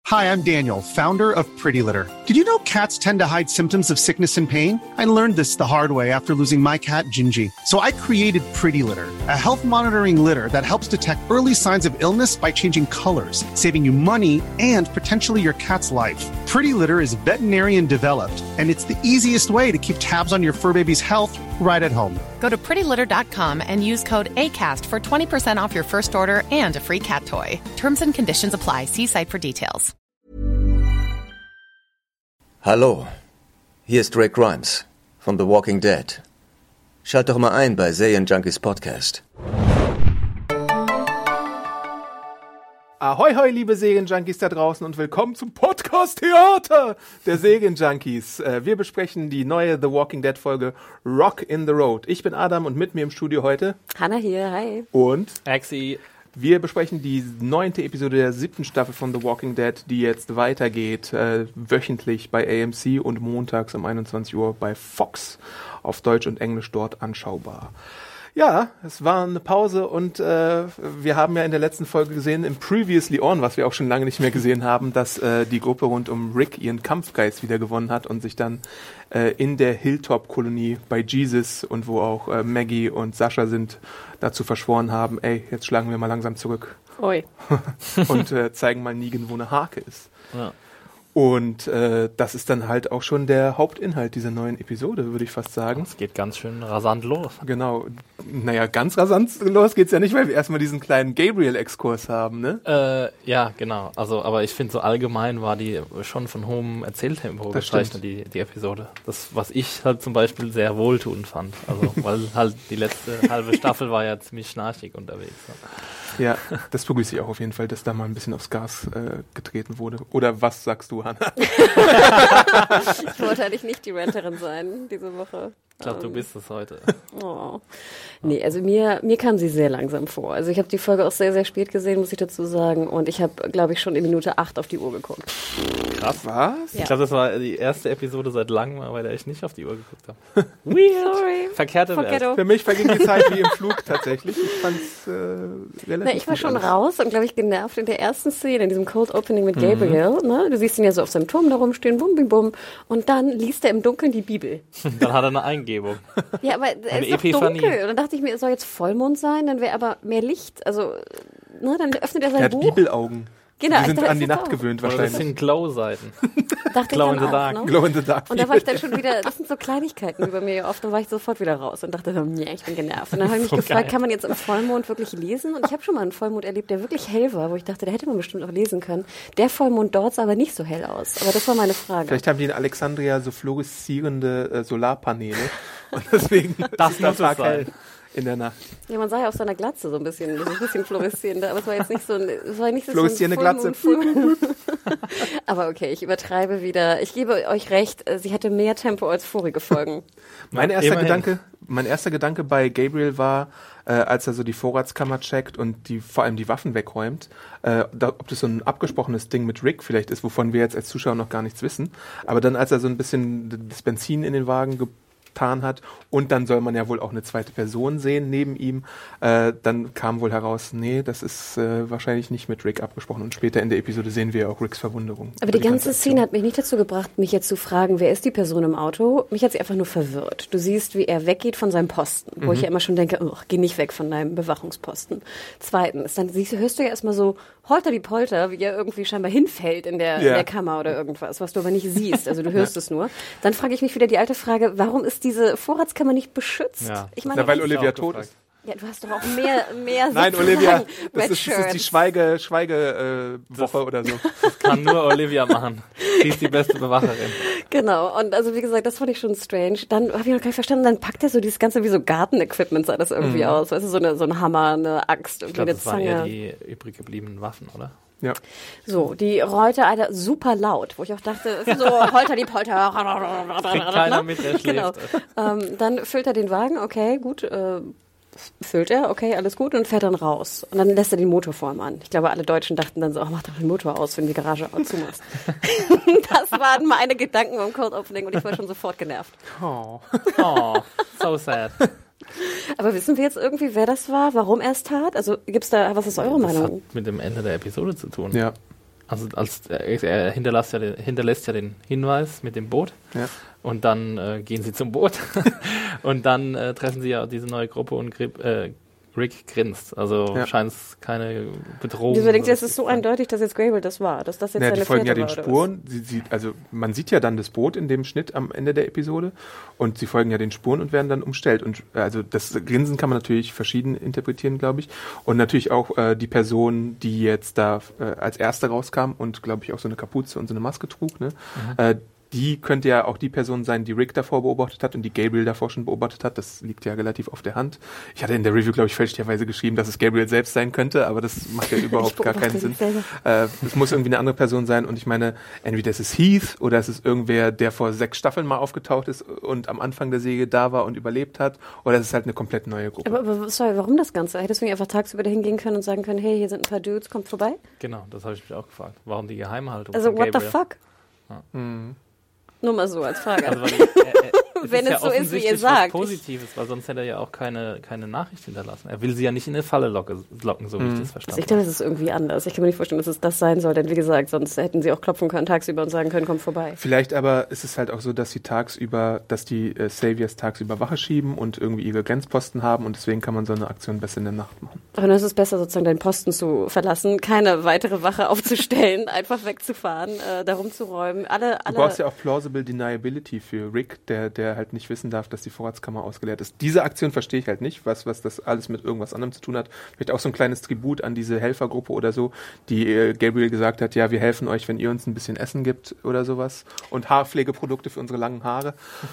Hi, I'm Daniel, founder of Pretty Litter. Did you know cats tend to hide symptoms of sickness and pain? I learned this the hard way after losing my cat, Gingy. So I created Pretty Litter, a health monitoring litter that helps detect early signs of illness by changing colors, saving you money and potentially your cat's life. Pretty Litter is veterinarian developed, and it's the easiest way to keep tabs on your fur baby's health right at home. Go to prettylitter.com and use code ACAST for 20% off your first order and a free cat toy. Terms and conditions apply. See site for details. Hallo, hier ist Rick Grimes von The Walking Dead. Schalt doch mal ein bei Serienjunkies Podcast. Ahoi, hoi, liebe Serienjunkies da draußen und willkommen zum Podcast-Theater der Serienjunkies. Wir besprechen die neue The Walking Dead Folge Rock in the Road. Ich bin Adam und mit mir im Studio heute Hannah hier, hi. Und Axi. Wir besprechen die 9. Episode der 7. Staffel von The Walking Dead, die jetzt weitergeht, wöchentlich bei AMC und montags um 21 Uhr bei Fox auf Deutsch und Englisch dort anschaubar. Ja, es war eine Pause und wir haben ja in der letzten Folge gesehen, im Previously On, was wir auch schon lange nicht mehr gesehen haben, dass die Gruppe rund um Rick ihren Kampfgeist wieder gewonnen hat und sich dann in der Hilltop-Kolonie bei Jesus und wo auch Maggie und Sascha sind, dazu verschworen haben, ey, jetzt schlagen wir mal langsam zurück. Oi. Und zeigen mal Negan, wo eine Hake ist. Ja. Und das ist dann halt auch schon der Hauptinhalt dieser neuen Episode, würde ich fast sagen. Es geht ganz schön rasant los. Genau. Naja, ganz rasant los geht's ja nicht, weil wir erstmal diesen kleinen Gabriel-Exkurs haben, ne? Ja, genau. Also, aber ich finde, so allgemein war die schon von hohem Erzähltempo gezeichnet, die Episode. Das, was ich halt zum Beispiel sehr wohltuend fand. Also, weil halt die letzte halbe Staffel war ja ziemlich schnarchig unterwegs. Ja, das begrüße ich auch auf jeden Fall, dass da mal ein bisschen aufs Gas getreten wurde. Oder was sagst du, Hannah? Ich wollte eigentlich nicht die Ranterin sein diese Woche. Ich glaube, du bist es heute. Oh. Nee, also mir kam sie sehr langsam vor. Also ich habe die Folge auch sehr, sehr spät gesehen, muss ich dazu sagen. Und ich habe, glaube ich, schon in Minute 8 auf die Uhr geguckt. Krass, was? Ja. Ich glaube, das war die erste Episode seit langem, bei der ich nicht auf die Uhr geguckt habe. Sorry. Verkehrte Welt. Für mich verging die Zeit wie im Flug tatsächlich. Ich fand's relativ Ich war gut schon alles. raus und, glaube ich, genervt in der ersten Szene, in diesem Cold Opening mit Gabriel. Ne? Du siehst ihn ja so auf seinem Turm da rumstehen, bum, bim, bum. Und dann liest er im Dunkeln die Bibel. Dann hat er eine Eingebung. Ja, aber es Eine ist doch Epiphanie. dunkel. Und dann dachte ich mir, es soll jetzt Vollmond sein, dann wäre aber mehr Licht. Also, ne, dann öffnet er sein Er hat Buch. Bibelaugen. Genau, Die sind da an ist die es Nacht auch. gewöhnt Oder das wahrscheinlich. sind Glow-Seiten. Dachte Glow ich in dann the dark. auch, ne? Glow in the Dark. Und da war ich dann schon wieder, das sind so Kleinigkeiten über mir oft, dann war ich sofort wieder raus und dachte, nee, ich bin genervt. Und dann habe ich mich So gefragt, geil. kann man jetzt im Vollmond wirklich lesen? Und ich habe schon mal einen Vollmond erlebt, der wirklich hell war, wo ich dachte, da hätte man bestimmt auch lesen können. Der Vollmond dort sah aber nicht so hell aus. Aber das war meine Frage. Vielleicht haben die in Alexandria so fluoreszierende Solarpaneele. Und deswegen Das ist der muss es Tag sein. hell in der Nacht. Ja, man sah ja auf seiner Glatze so ein bisschen fluoreszierender, aber es war jetzt nicht so ein, es war nicht so Fluoreszierende so ein Glatze. Aber okay, ich übertreibe wieder. Ich gebe euch recht, sie hatte mehr Tempo als vorige Folgen. Mein Ja, erster Gedanke bei Gabriel war, als er so die Vorratskammer checkt und vor allem die Waffen wegräumt, ob das so ein abgesprochenes Ding mit Rick vielleicht ist, wovon wir jetzt als Zuschauer noch gar nichts wissen. Aber dann, als er so ein bisschen das Benzin in den Wagen getan hat und dann soll man ja wohl auch eine zweite Person sehen neben ihm, dann kam wohl heraus, nee, das ist wahrscheinlich nicht mit Rick abgesprochen. Und später in der Episode sehen wir ja auch Ricks Verwunderung. Aber die ganze Szene hat mich nicht dazu gebracht, mich jetzt zu fragen, wer ist die Person im Auto? Mich hat sie einfach nur verwirrt. Du siehst, wie er weggeht von seinem Posten, wo ich ja immer schon denke, geh nicht weg von deinem Bewachungsposten. Zweitens, dann hörst du ja erstmal so holter die Polter, wie er irgendwie scheinbar hinfällt in der Kammer oder irgendwas, was du aber nicht siehst. Also du hörst es nur. Dann frage ich mich wieder die alte Frage, warum ist diese Vorratskammer nicht beschützt? Ja. Ich meine, weil das- Olivia tot ist. ja, du hast doch auch mehr Nein, sozusagen Olivia, das Red ist die Shirts. Schweigewoche oder so. Das kann nur Olivia machen. Sie ist die beste Bewacherin. Genau, und also wie gesagt, das fand ich schon strange. Dann habe ich noch gar nicht verstanden, dann packt er so dieses ganze wie so Garten-Equipment sah das irgendwie aus. Weißt du, so ein Hammer, eine Axt, Ich irgendwie glaube, eine das waren eher Zange. die übrig gebliebenen Waffen, oder? Ja. So, die rollte Alter super laut, wo ich auch dachte, so holter die Polter. Kriegt keiner mit, der schläft. Genau. Dann füllt er den Wagen, okay, gut, füllt er, okay, alles gut, und fährt dann raus. Und dann lässt er den Motor vor ihm an. Ich glaube, alle Deutschen dachten dann so, mach doch den Motor aus, wenn du die Garage zumachst. Das waren meine Gedanken beim Cold Opening und ich war schon sofort genervt. Oh, so sad. Aber wissen wir jetzt irgendwie, wer das war, warum er es tat? Also gibt's da, was ist eure Das hat Meinung? mit dem Ende der Episode zu tun. Ja. Also er hinterlässt ja den Hinweis mit dem Boot und dann gehen sie zum Boot und dann treffen sie ja diese neue Gruppe und Rick grinst. Also scheint es keine Bedrohung. Du denkst, es ist so eindeutig, dass jetzt Grable das war, dass das jetzt seine die folgen Fährte ja den Spuren. Man sieht ja dann das Boot in dem Schnitt am Ende der Episode und sie folgen ja den Spuren und werden dann umstellt. Und also das Grinsen kann man natürlich verschieden interpretieren, glaube ich. Und natürlich auch die Person, die jetzt da als Erste rauskam und, glaube ich, auch so eine Kapuze und so eine Maske trug, ne? Die könnte ja auch die Person sein, die Rick davor beobachtet hat und die Gabriel davor schon beobachtet hat. Das liegt ja relativ auf der Hand. Ich hatte in der Review, glaube ich, fälschlicherweise geschrieben, dass es Gabriel selbst sein könnte, aber das macht ja überhaupt gar keinen Sinn. Es muss irgendwie eine andere Person sein und ich meine, entweder es ist Heath oder es ist irgendwer, der vor 6 Staffeln mal aufgetaucht ist und am Anfang der Serie da war und überlebt hat, oder es ist halt eine komplett neue Gruppe. Aber sorry, warum das Ganze? Hättest du nicht einfach tagsüber da hingehen können und sagen können, hey, hier sind ein paar Dudes, kommt vorbei? Genau, das habe ich mich auch gefragt. Warum die Geheimhaltung? Also what the fuck? Ja. Nur mal so als Frage. Also, wenn es so ist, wie ihr sagt. Positives, weil sonst hätte er ja auch keine Nachricht hinterlassen. Er will sie ja nicht in eine Falle locken, so wie ich das verstanden habe. Ich glaube, es ist irgendwie anders. Ich kann mir nicht vorstellen, dass es das sein soll, denn wie gesagt, sonst hätten sie auch klopfen können tagsüber und sagen können, komm vorbei. Vielleicht aber ist es halt auch so, dass die Saviors tagsüber Wache schieben und irgendwie ihre Grenzposten haben und deswegen kann man so eine Aktion besser in der Nacht machen. Aber dann ist es besser, sozusagen deinen Posten zu verlassen, keine weitere Wache aufzustellen, einfach wegzufahren, da rumzuräumen. Du brauchst ja auch plausible Deniability für Rick, der halt nicht wissen darf, dass die Vorratskammer ausgeleert ist. Diese Aktion verstehe ich halt nicht, was das alles mit irgendwas anderem zu tun hat. Vielleicht auch so ein kleines Tribut an diese Helfergruppe oder so, die Gabriel gesagt hat, ja, wir helfen euch, wenn ihr uns ein bisschen Essen gibt oder sowas. Und Haarpflegeprodukte für unsere langen Haare.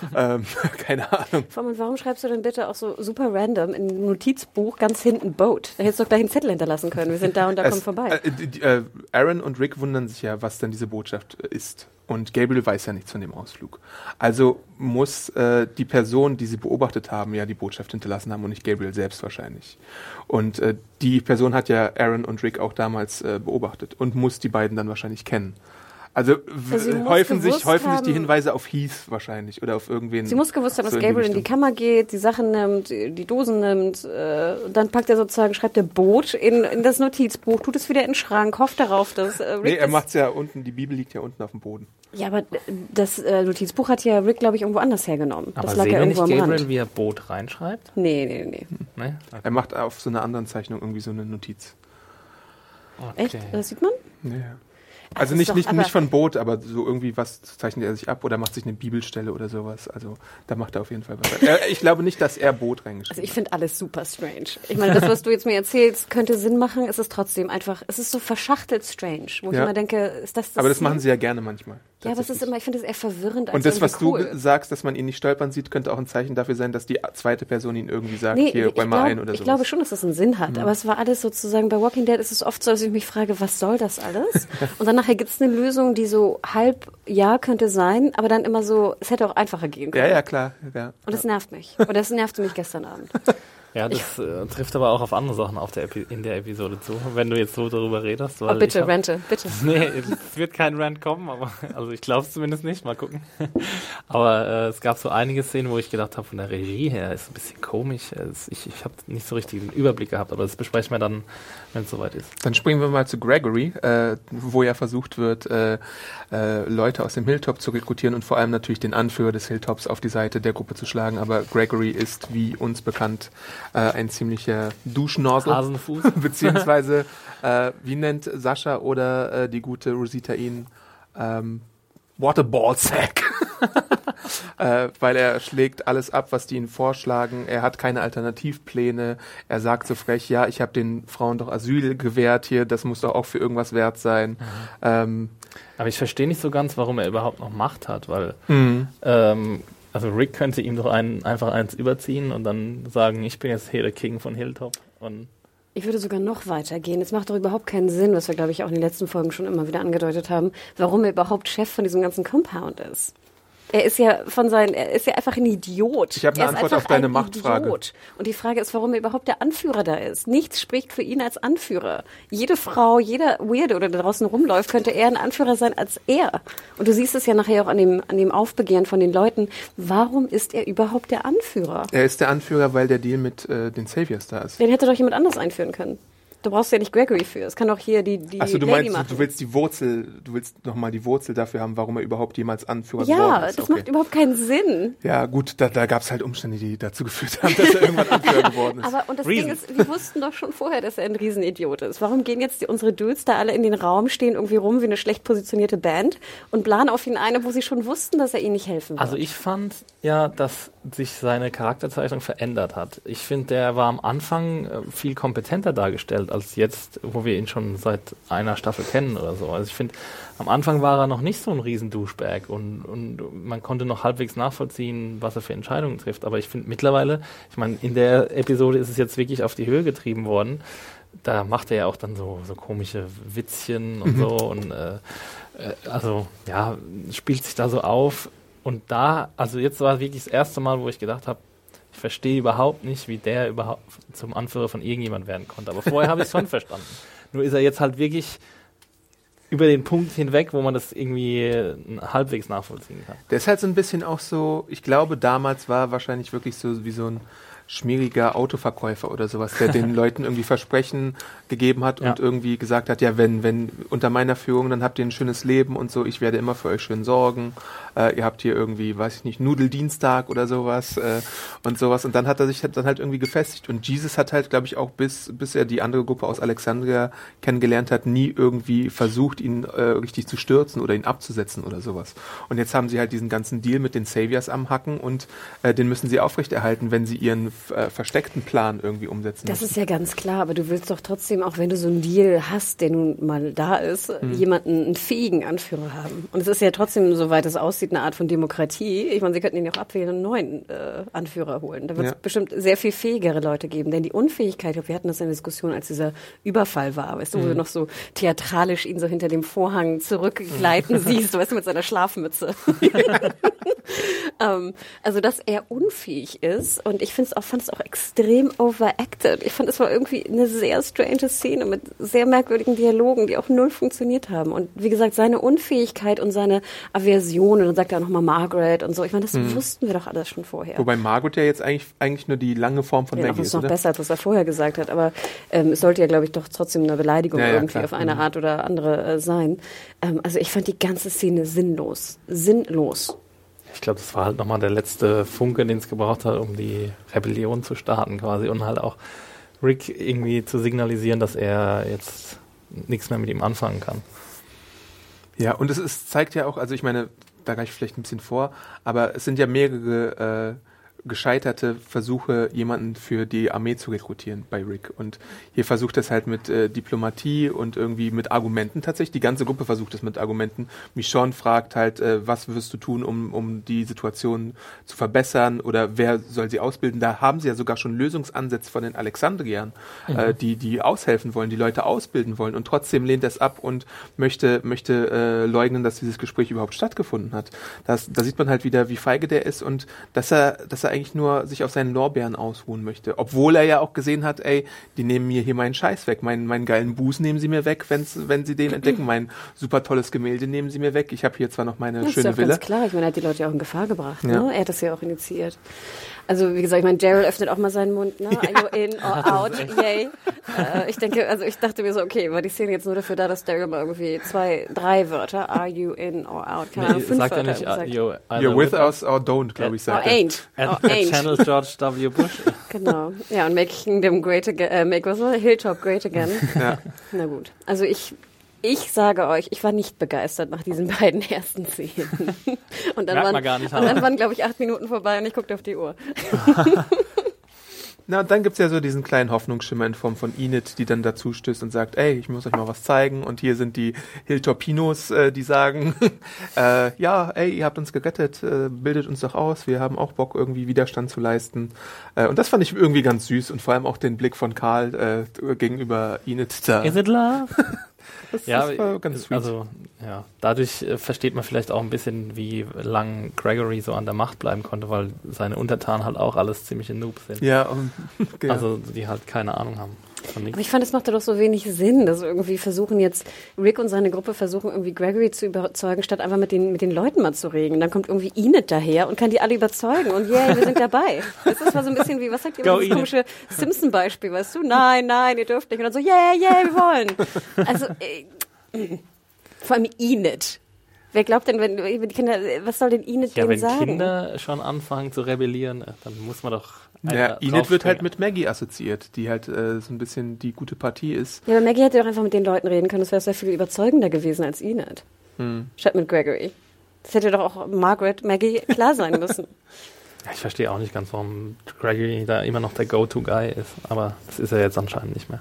Keine Ahnung. Warum schreibst du denn bitte auch so super random in ein Notizbuch ganz hinten Boat? Da hättest du doch gleich einen Zettel hinterlassen können. Wir sind da und da, kommt vorbei. Aaron und Rick wundern sich ja, was denn diese Botschaft ist. Und Gabriel weiß ja nichts von dem Ausflug. Also muss die Person, die sie beobachtet haben, ja die Botschaft hinterlassen haben und nicht Gabriel selbst wahrscheinlich. Und die Person hat ja Aaron und Rick auch damals beobachtet und muss die beiden dann wahrscheinlich kennen. Also häufen sich die Hinweise auf Heath wahrscheinlich oder auf irgendwen. Sie muss gewusst haben, dass Gabriel in die Kammer geht, die Sachen nimmt, die Dosen nimmt, und dann schreibt er Boot in das Notizbuch, tut es wieder in den Schrank, hofft darauf, dass Rick er macht's ja unten, die Bibel liegt ja unten auf dem Boden. Ja, aber das Notizbuch hat ja Rick, glaube ich, irgendwo anders hergenommen. Aber das lag ja irgendwo am Rand. Gabriel, wie er Boot reinschreibt? Nee. Nee? Okay. Er macht auf so einer anderen Zeichnung irgendwie so eine Notiz. Okay. Echt? Das sieht man? Ja. Also nicht von Boot, aber so irgendwie was zeichnet er sich ab oder macht sich eine Bibelstelle oder sowas. Also da macht er auf jeden Fall was. Ich glaube nicht, dass er Boot reingeschrieben hat. Also ich finde alles super strange. Ich meine, das, was du jetzt mir erzählst, könnte Sinn machen. Es ist trotzdem einfach, es ist so verschachtelt strange, wo ich immer denke, ist das aber das machen sie ja gerne manchmal. Ja, aber es ist immer, ich finde es eher verwirrend als und das, was cool. Du sagst, dass man ihn nicht stolpern sieht, könnte auch ein Zeichen dafür sein, dass die zweite Person ihn irgendwie sagt, hier, räum mal ein oder so. Ich glaube schon, dass das einen Sinn hat, aber es war alles sozusagen, bei Walking Dead ist es oft so, dass ich mich frage, was soll das alles? Und dann nachher gibt es eine Lösung, die so halb ja könnte sein, aber dann immer so, es hätte auch einfacher gehen können. Ja, klar. Ja. Und das nervt mich. Oder das nervte mich gestern Abend. Ja, das trifft aber auch auf andere Sachen in der Episode zu, wenn du jetzt so darüber redest. Weil bitte, bitte. Nee, es wird kein Rant kommen, aber also ich glaube es zumindest nicht, mal gucken. Aber es gab so einige Szenen, wo ich gedacht habe, von der Regie her ist ein bisschen komisch. Ich habe nicht so richtig den Überblick gehabt, aber das besprechen wir dann, wenn es soweit ist. Dann springen wir mal zu Gregory, wo ja versucht wird, Leute aus dem Hilltop zu rekrutieren und vor allem natürlich den Anführer des Hilltops auf die Seite der Gruppe zu schlagen. Aber Gregory ist, wie uns bekannt, ein ziemlicher Duschnorsel. Hasenfuß. Beziehungsweise, wie nennt Sascha oder die gute Rosita ihn? Waterballsack. Weil er schlägt alles ab, was die ihm vorschlagen. Er hat keine Alternativpläne. Er sagt so frech, ja, ich habe den Frauen doch Asyl gewährt hier, das muss doch auch für irgendwas wert sein. Aber ich verstehe nicht so ganz, warum er überhaupt noch Macht hat, weil also Rick könnte ihm doch einfach eins überziehen und dann sagen, ich bin jetzt hier der King von Hilltop. Und ich würde sogar noch weitergehen. Es macht doch überhaupt keinen Sinn, was wir, glaube ich, auch in den letzten Folgen schon immer wieder angedeutet haben, warum er überhaupt Chef von diesem ganzen Compound ist. Er ist ja einfach ein Idiot. Ich habe eine Antwort auf deine Machtfrage. Idiot. Und die Frage ist, warum er überhaupt der Anführer da ist. Nichts spricht für ihn als Anführer. Jede Frau, jeder Weirdo, der da draußen rumläuft, könnte eher ein Anführer sein als er. Und du siehst es ja nachher auch an dem Aufbegehren von den Leuten. Warum ist er überhaupt der Anführer? Er ist der Anführer, weil der Deal mit den Saviors da ist. Den hätte doch jemand anders einführen können. Da brauchst du ja nicht Gregory für. Es kann auch hier die Achso, du Lady meinst, machen. du willst nochmal die Wurzel dafür haben, warum er überhaupt jemals Anführer Ja, geworden ist. das macht überhaupt keinen Sinn. Ja, gut, da gab es halt Umstände, die dazu geführt haben, dass er irgendwann Anführer geworden ist. Aber, und das Ding ist, wir wussten doch schon vorher, dass er ein Riesenidiot ist. Warum gehen jetzt unsere Dudes da alle in den Raum, stehen irgendwie rum wie eine schlecht positionierte Band und planen auf ihn eine, wo sie schon wussten, dass er ihnen nicht helfen wird? Also ich fand ja, dass sich seine Charakterzeichnung verändert hat. Ich finde, der war am Anfang viel kompetenter dargestellt als jetzt, wo wir ihn schon seit einer Staffel kennen oder so. Also ich finde, am Anfang war er noch nicht so ein Riesen-Douchebag und man konnte noch halbwegs nachvollziehen, was er für Entscheidungen trifft. Aber ich finde mittlerweile, ich meine, in der Episode ist es jetzt wirklich auf die Höhe getrieben worden. Da macht er ja auch dann so komische Witzchen und so und also ja, spielt sich da so auf. Und da, also jetzt war wirklich das erste Mal, wo ich gedacht habe, ich verstehe überhaupt nicht, wie der überhaupt zum Anführer von irgendjemand werden konnte. Aber vorher habe ich es schon verstanden. Nur ist er jetzt halt wirklich über den Punkt hinweg, wo man das irgendwie halbwegs nachvollziehen kann. Der ist halt so ein bisschen auch so, ich glaube, damals war wahrscheinlich wirklich so wie so ein schmieriger Autoverkäufer oder sowas, der den Leuten irgendwie Versprechen gegeben hat und irgendwie gesagt hat, ja, wenn unter meiner Führung, dann habt ihr ein schönes Leben und so, ich werde immer für euch schön sorgen, ihr habt hier irgendwie, weiß ich nicht, Nudeldienstag oder sowas und sowas und dann hat er sich dann halt irgendwie gefestigt und Jesus hat halt, glaube ich, auch bis er die andere Gruppe aus Alexandria kennengelernt hat, nie irgendwie versucht, ihn richtig zu stürzen oder ihn abzusetzen oder sowas. Und jetzt haben sie halt diesen ganzen Deal mit den Saviors am Hacken und den müssen sie aufrechterhalten, wenn sie ihren versteckten Plan irgendwie umsetzen Das müssen. ist ja ganz klar, aber du willst doch trotzdem, auch wenn du so einen Deal hast, der nun mal da ist, jemanden, einen fähigen Anführer haben. Und es ist ja trotzdem, soweit es aussieht, eine Art von Demokratie. Ich meine, sie könnten ihn ja auch abwählen und einen neuen Anführer holen. Da wird es bestimmt sehr viel fähigere Leute geben. Denn die Unfähigkeit, ich glaube, wir hatten das in der Diskussion, als dieser Überfall war, weißt du, wo du noch so theatralisch ihn so hinter dem Vorhang zurückgleiten siehst, weißt du, mit seiner Schlafmütze. Also, dass er unfähig ist und ich fand es auch extrem overacted. Ich fand, es war irgendwie eine sehr strange Szene mit sehr merkwürdigen Dialogen, die auch null funktioniert haben. Und wie gesagt, seine Unfähigkeit und seine Aversion, und dann sagt er auch nochmal Margaret und so. Ich meine, das wussten wir doch alles schon vorher. Wobei Margaret ja jetzt eigentlich nur die lange Form von Maggie ist. Das ist noch oder? besser, als was er vorher gesagt hat. Aber es sollte ja, glaube ich, doch trotzdem eine Beleidigung irgendwie klar. Auf eine Art oder andere sein. Also ich fand die ganze Szene sinnlos. Ich glaube, das war halt nochmal der letzte Funke, den es gebraucht hat, um die Rebellion zu starten quasi und halt auch Rick irgendwie zu signalisieren, dass er jetzt nichts mehr mit ihm anfangen kann. Ja, und es zeigt ja auch, also ich meine, da greife ich vielleicht ein bisschen vor, aber es sind ja mehrere gescheiterte Versuche, jemanden für die Armee zu rekrutieren bei Rick. Und hier versucht es halt mit Diplomatie und irgendwie mit Argumenten tatsächlich. Die ganze Gruppe versucht es mit Argumenten. Michonne fragt halt, was wirst du tun, um die Situation zu verbessern oder wer soll sie ausbilden? Da haben sie ja sogar schon Lösungsansätze von den Alexandriern, die aushelfen wollen, die Leute ausbilden wollen. Und trotzdem lehnt er es ab und möchte leugnen, dass dieses Gespräch überhaupt stattgefunden hat. Da sieht man halt wieder, wie feige der ist und dass er eigentlich nur sich auf seinen Lorbeeren ausruhen möchte. Obwohl er ja auch gesehen hat, ey, die nehmen mir hier meinen Scheiß weg. Meinen geilen Busen nehmen sie mir weg, wenn sie den entdecken. Mein super tolles Gemälde nehmen sie mir weg. Ich habe hier zwar noch meine schöne Villa. Das ist ganz klar. Ich meine, er hat die Leute ja auch in Gefahr gebracht. Ja. Ne? Er hat das ja auch initiiert. Also, wie gesagt, ich meine, Daryl öffnet auch mal seinen Mund, ne? Are you in or out? Yay. Ich dachte mir so, okay, war die Szene jetzt nur dafür da, dass Daryl mal irgendwie 2, 3 Wörter, are you in or out? Keine Ahnung, 5 sagt Wörter. Er nicht, you're with us or don't, glaube ich, sagt er. Ain't. Channel George W. Bush. Genau. Ja, und making them great again, Hilltop great again. Ja. Na gut. Also ich sage euch, ich war nicht begeistert nach diesen beiden ersten Szenen. Und dann waren, glaube ich, 8 Minuten vorbei und ich guckte auf die Uhr. Na, und dann gibt's ja so diesen kleinen Hoffnungsschimmer in Form von Enid, die dann dazu stößt und sagt, ey, ich muss euch mal was zeigen. Und hier sind die Hilltopinos, die sagen, ja, ey, ihr habt uns gerettet, bildet uns doch aus, wir haben auch Bock, irgendwie Widerstand zu leisten. Und das fand ich irgendwie ganz süß und vor allem auch den Blick von Karl gegenüber Enid da. Is it love? Das war ganz sweet. Also, ja, dadurch versteht man vielleicht auch ein bisschen, wie lang Gregory so an der Macht bleiben konnte, weil seine Untertanen halt auch alles ziemliche Noobs sind. Ja, genau. Also, die halt keine Ahnung haben. Aber ich fand, es machte doch so wenig Sinn, dass irgendwie Rick und seine Gruppe versuchen irgendwie Gregory zu überzeugen, statt einfach mit den Leuten mal zu reden. Dann kommt irgendwie Enid daher und kann die alle überzeugen und wir sind dabei. Das war so ein bisschen wie, was sagt ihr, das komische Simpson-Beispiel, weißt du? Nein, ihr dürft nicht. Und dann so, wir wollen. Also, vor allem Enid. Wer glaubt denn, wenn die Kinder, was soll denn Enid denen sagen? Ja, wenn Kinder schon anfangen zu rebellieren, dann muss man doch... Ja, Enid wird halt mit Maggie assoziiert, die halt so ein bisschen die gute Partie ist. Ja, aber Maggie hätte doch einfach mit den Leuten reden können. Das wäre sehr viel überzeugender gewesen als Enid. Statt mit Gregory. Das hätte doch auch Maggie klar sein müssen. Ja, ich verstehe auch nicht ganz, warum Gregory da immer noch der Go-To-Guy ist. Aber das ist er jetzt anscheinend nicht mehr.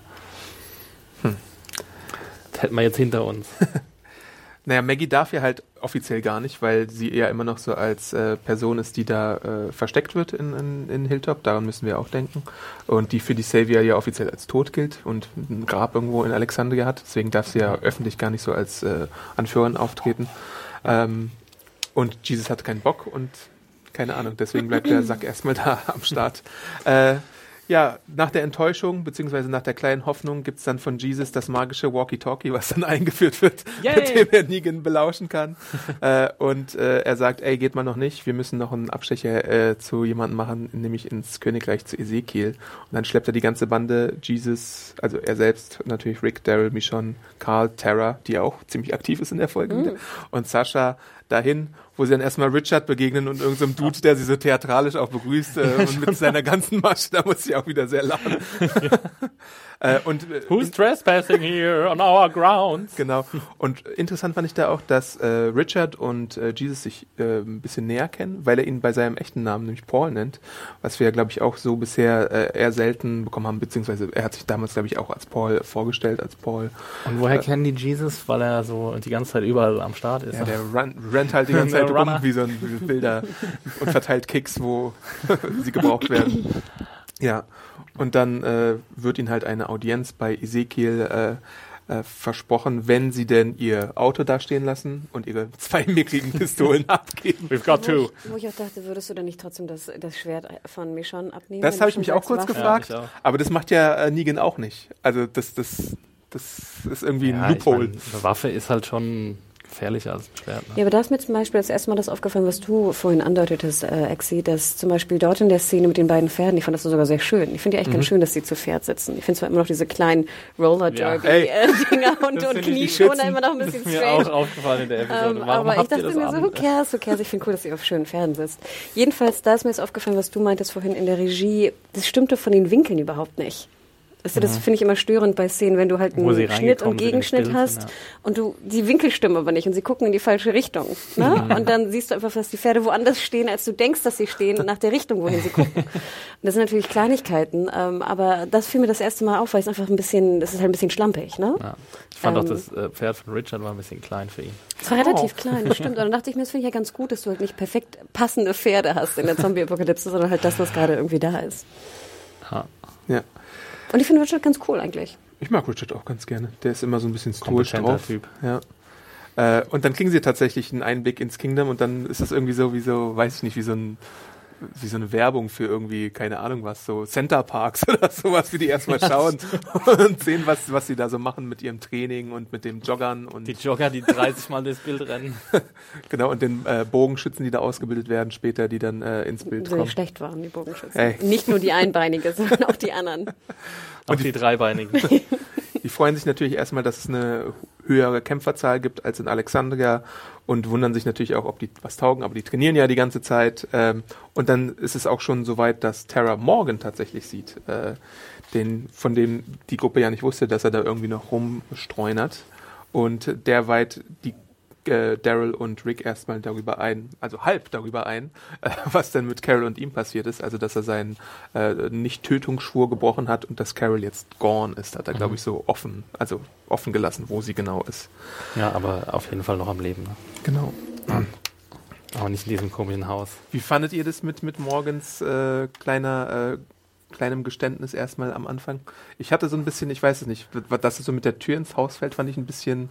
Das hätten wir jetzt hinter uns. Naja, Maggie darf ja halt offiziell gar nicht, weil sie eher immer noch so als Person ist, die da versteckt wird in Hilltop. Daran müssen wir auch denken. Und die für die Savior ja offiziell als tot gilt und ein Grab irgendwo in Alexandria hat. Deswegen darf sie ja öffentlich gar nicht so als Anführerin auftreten. Und Jesus hat keinen Bock und keine Ahnung. Deswegen bleibt der Sack erstmal da am Start. Ja, nach der Enttäuschung, beziehungsweise nach der kleinen Hoffnung, gibt's dann von Jesus das magische Walkie-Talkie, was dann eingeführt wird, mit dem er Negan belauschen kann. Und er sagt, geht mal noch nicht, wir müssen noch einen Abstecher zu jemandem machen, nämlich ins Königreich zu Ezekiel. Und dann schleppt er die ganze Bande, Jesus, also er selbst, natürlich Rick, Daryl, Michonne, Carl, Tara, die auch ziemlich aktiv ist in der Folge, und Sascha dahin, wo sie dann erstmal Richard begegnen und irgendeinem Dude, der sie so theatralisch auch begrüßt und mit seiner ganzen Masche, da muss ich auch wieder sehr lachen. Who's trespassing here on our grounds? Genau. Und interessant fand ich da auch, dass Richard und Jesus sich ein bisschen näher kennen, weil er ihn bei seinem echten Namen, nämlich Paul, nennt, was wir, glaube ich, auch so bisher eher selten bekommen haben, beziehungsweise er hat sich damals, glaube ich, auch als Paul vorgestellt, als Paul. Und woher kennen die Jesus? Weil er so die ganze Zeit überall am Start ist. Ja, der rennt halt die ganze Zeit rum wie so ein Bilder und verteilt Kicks, wo sie gebraucht werden. Ja, und dann wird ihnen halt eine Audienz bei Ezekiel versprochen, wenn sie denn ihr Auto da stehen lassen und ihre 2 mickrigen Pistolen abgeben. We've got two. Wo ich auch dachte, würdest du denn nicht trotzdem das Schwert von Michonne abnehmen? Das habe ich mich auch kurz gefragt, ja, aber das macht ja Negan auch nicht. Also das ist irgendwie ein Loophole. Ich mein, eine Waffe ist halt schon gefährlicher als ein Schwert. Ne? Ja, aber da ist mir zum Beispiel das erste Mal das aufgefallen, was du vorhin andeutetest, Exi, dass zum Beispiel dort in der Szene mit den beiden Pferden, ich fand das sogar sehr schön. Ich finde ja echt ganz schön, dass sie zu Pferd sitzen. Ich finde zwar immer noch diese kleinen Roller-Derby-Dinger und Knieschoner immer noch ein bisschen strange. Das ist mir auch aufgefallen in der Episode. Aber ich dachte mir so, who cares? Ich finde cool, dass sie auf schönen Pferden sitzt. Jedenfalls, da ist mir jetzt aufgefallen, was du meintest vorhin in der Regie, das stimmte von den Winkeln überhaupt nicht. Weißt du, das finde ich immer störend bei Szenen, wenn du halt einen Schnitt und Gegenschnitt hast und die Winkel stimmen aber nicht und sie gucken in die falsche Richtung. Ne? Und dann siehst du einfach, dass die Pferde woanders stehen, als du denkst, dass sie stehen, nach der Richtung, wohin sie gucken. Und das sind natürlich Kleinigkeiten, aber das fiel mir das erste Mal auf, weil es einfach das ist halt ein bisschen schlampig. Ne? Ja. Ich fand auch, das Pferd von Richard war ein bisschen klein für ihn. Es war relativ klein, das stimmt. Und dann dachte ich mir, das finde ich ja ganz gut, dass du halt nicht perfekt passende Pferde hast in der Zombie-Apokalypse, sondern halt das, was gerade irgendwie da ist. Ja. Und ich finde Richard ganz cool eigentlich. Ich mag Richard auch ganz gerne. Der ist immer so ein bisschen stoisch drauf. Typ. Ja. Und dann kriegen sie tatsächlich einen Einblick ins Kingdom und dann ist das irgendwie so, weiß ich nicht, wie so eine Werbung für irgendwie, keine Ahnung was, so Center Parks oder sowas, wie die erstmal schauen und sehen, was sie da so machen mit ihrem Training und mit dem Joggern. Und die Jogger, die 30 Mal durchs Bild rennen. Genau, und den Bogenschützen, die da ausgebildet werden später, die dann ins Bild kommen. Sehr schlecht waren die Bogenschützen. Nicht nur die Einbeinige, sondern auch die anderen. Und die Dreibeinigen. Die freuen sich natürlich erstmal, dass es eine höhere Kämpferzahl gibt als in Alexandria und wundern sich natürlich auch, ob die was taugen, aber die trainieren ja die ganze Zeit. Und dann ist es auch schon so weit, dass Tara Morgan tatsächlich sieht, von dem die Gruppe ja nicht wusste, dass er da irgendwie noch rumstreunert. Und derweit die Daryl und Rick erstmal halb darüber ein, was denn mit Carol und ihm passiert ist. Also, dass er seinen Nicht-Tötungsschwur gebrochen hat und dass Carol jetzt gone ist. Hat er, glaube ich, so offen gelassen, wo sie genau ist. Ja, aber auf jeden Fall noch am Leben. Ne? Genau. Aber nicht in diesem komischen Haus. Wie fandet ihr das mit Morgans kleinem Geständnis erstmal am Anfang? Ich hatte so ein bisschen, ich weiß es nicht, dass es so mit der Tür ins Haus fällt, fand ich ein bisschen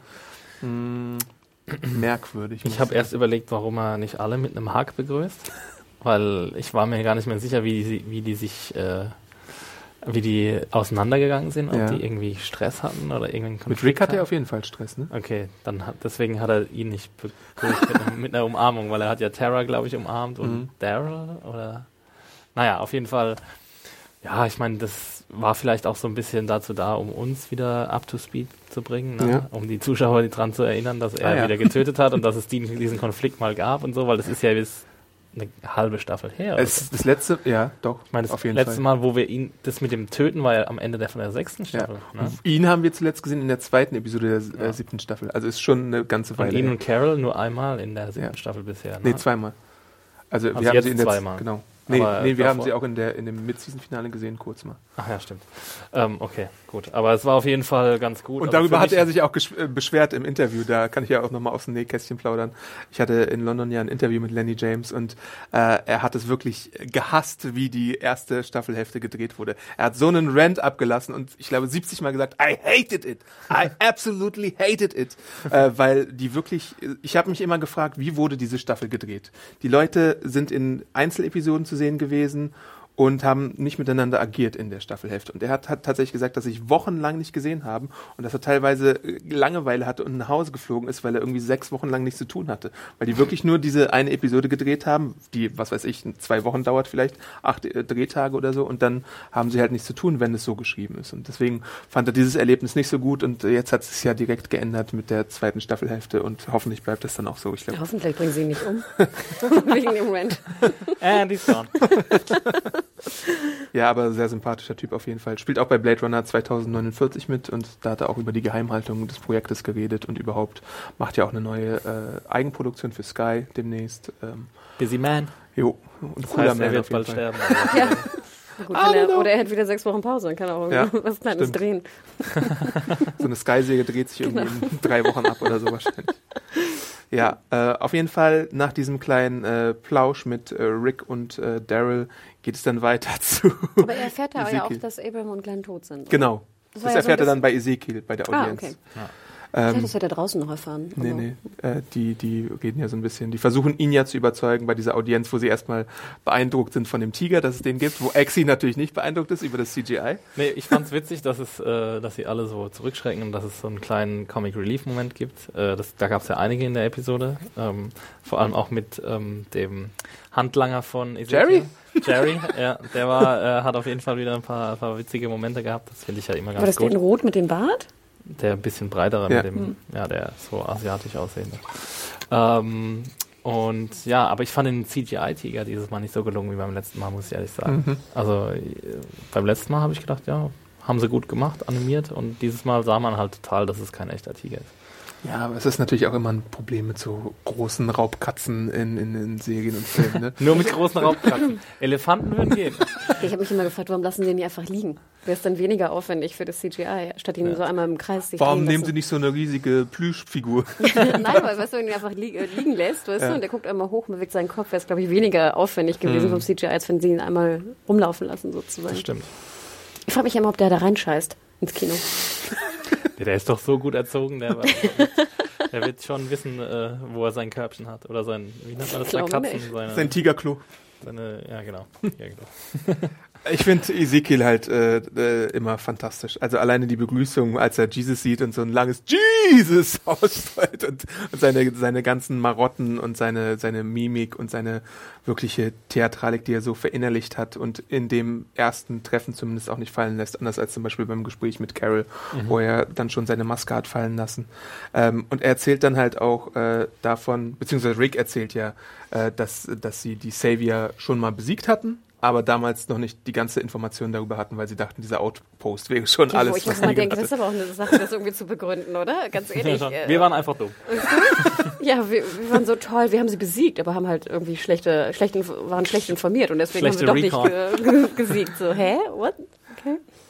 merkwürdig. Ich habe erst überlegt, warum er nicht alle mit einem Hack begrüßt, weil ich war mir gar nicht mehr sicher, wie die sich Wie die auseinandergegangen sind, ob die irgendwie Stress hatten oder irgendeinen Konflikt. Mit Rick hat er auf jeden Fall Stress, ne? Okay, deswegen hat er ihn nicht begrüßt mit einer Umarmung, weil er hat ja Tara, glaube ich, umarmt und Daryl oder... Naja, auf jeden Fall, ja, ich meine, das war vielleicht auch so ein bisschen dazu da, um uns wieder up to speed zu bringen, ne? Um die Zuschauer daran zu erinnern, dass er wieder getötet hat und dass es diesen Konflikt mal gab und so, weil das ist ja jetzt eine halbe Staffel her. Das letzte, ja, doch. Ich meine, das letzte Mal, wo wir das mit dem Töten war ja am Ende von der 6. Staffel. Ja. Ne? Ihn haben wir zuletzt gesehen in der 2. Episode der 7. Staffel. Also ist schon eine ganze Weile. Und ihn und Carol nur einmal in der 7. Staffel bisher. Ne? Nee, zweimal. Also wir haben jetzt sie in zweimal. Genau. Nee, wir haben sie auch in dem Mid-Season-Finale gesehen, kurz mal. Ach ja, stimmt. Okay, gut. Aber es war auf jeden Fall ganz gut. Und darüber hatte er sich auch beschwert im Interview. Da kann ich ja auch nochmal aus dem Nähkästchen plaudern. Ich hatte in London ja ein Interview mit Lenny James und er hat es wirklich gehasst, wie die erste Staffelhälfte gedreht wurde. Er hat so einen Rant abgelassen und ich glaube 70 Mal gesagt, I hated it. I absolutely hated it. Weil die wirklich, ich habe mich immer gefragt, wie wurde diese Staffel gedreht? Die Leute sind in Einzelepisoden zu sehen gewesen und haben nicht miteinander agiert in der Staffelhälfte. Und er hat tatsächlich gesagt, dass sich wochenlang nicht gesehen haben und dass er teilweise Langeweile hatte und nach Hause geflogen ist, weil er irgendwie 6 Wochen lang nichts zu tun hatte. Weil die wirklich nur diese eine Episode gedreht haben, die, was weiß ich, 2 Wochen dauert vielleicht, 8 Drehtage oder so, und dann haben sie halt nichts zu tun, wenn es so geschrieben ist. Und deswegen fand er dieses Erlebnis nicht so gut und jetzt hat es ja direkt geändert mit der 2. Staffelhälfte und hoffentlich bleibt das dann auch so. Ich glaub, hoffentlich bringen sie ihn nicht um. Wegen dem Rant. And he's gone. Ja, aber sehr sympathischer Typ auf jeden Fall. Spielt auch bei Blade Runner 2049 mit und da hat er auch über die Geheimhaltung des Projektes geredet und überhaupt macht ja auch eine neue Eigenproduktion für Sky demnächst. Busy Man. Jo, und das cooler heißt, Man er wird auf jeden bald Fall. sterben. Ja. Gut, oder er hat wieder 6 Wochen Pause und kann auch was Kleines drehen. So eine Sky-Serie dreht sich irgendwie in 3 Wochen ab oder so wahrscheinlich. Ja, auf jeden Fall nach diesem kleinen Plausch mit Rick und Daryl geht es dann weiter zu Aber er erfährt ja auch, dass Abraham und Glenn tot sind. Oder? Genau. Das erfährt er dann bei Ezekiel, bei der Audienz. Okay. Ja. Das wird er draußen noch erfahren. Nee. Die reden ja so ein bisschen. Die versuchen ihn ja zu überzeugen bei dieser Audienz, wo sie erstmal beeindruckt sind von dem Tiger, dass es den gibt, wo Exi natürlich nicht beeindruckt ist über das CGI. Nee, ich fand's witzig, dass sie alle so zurückschrecken und dass es so einen kleinen Comic-Relief-Moment gibt. Da gab's ja einige in der Episode. Vor allem auch mit dem Handlanger von Ezekiel. Jerry, ja, der hat auf jeden Fall wieder ein paar witzige Momente gehabt. Das finde ich ja immer ganz gut. War das der in Rot mit dem Bart? Der ein bisschen breitere mit dem, der so asiatisch aussehende. Und ja, aber ich fand den CGI-Tiger dieses Mal nicht so gelungen wie beim letzten Mal, muss ich ehrlich sagen. Also beim letzten Mal habe ich gedacht, ja, haben sie gut gemacht, animiert, und dieses Mal sah man halt total, dass es kein echter Tiger ist. Ja, aber es ist natürlich auch immer ein Problem mit so großen Raubkatzen in Serien und Filmen. Ne? Nur mit großen Raubkatzen. Elefanten würden gehen. Ich habe mich immer gefragt, warum lassen sie den nicht einfach liegen? Wäre es dann weniger aufwendig für das CGI, statt ihn so einmal im Kreis sich Warum nehmen sie nicht so eine riesige Plüschfigur? Nein, weil weißt du, wenn du ihn einfach liegen lässt, weißt du, und der guckt einmal hoch und bewegt seinen Kopf, wäre es, glaube ich, weniger aufwendig gewesen vom CGI, als wenn sie ihn einmal rumlaufen lassen, sozusagen. Das stimmt. Ich frage mich immer, ob der da reinscheißt ins Kino. Der ist doch so gut erzogen, der wird schon wissen, wo er sein Körbchen hat. Oder sein, wie nennt man das bei Katzen? Sein Tigerklo. Ja, genau. Ich finde Ezekiel halt immer fantastisch. Also alleine die Begrüßung, als er Jesus sieht und so ein langes Jesus ausstreut und seine ganzen Marotten und seine Mimik und seine wirkliche Theatralik, die er so verinnerlicht hat und in dem ersten Treffen zumindest auch nicht fallen lässt, anders als zum Beispiel beim Gespräch mit Carol, wo er dann schon seine Maske hat fallen lassen. Und er erzählt dann halt auch davon, beziehungsweise Rick erzählt ja, dass sie die Savior schon mal besiegt hatten, aber damals noch nicht die ganze Information darüber hatten, weil sie dachten, dieser Outpost wäre schon alles. Ich muss mal denken, das ist aber auch eine Sache, das irgendwie zu begründen, oder? Ganz ehrlich. Wir waren einfach dumm. Ja, wir waren so toll, wir haben sie besiegt, aber haben halt irgendwie waren schlecht informiert und deswegen Schlechte haben wir doch nicht gesiegt. So, hä? What? Okay.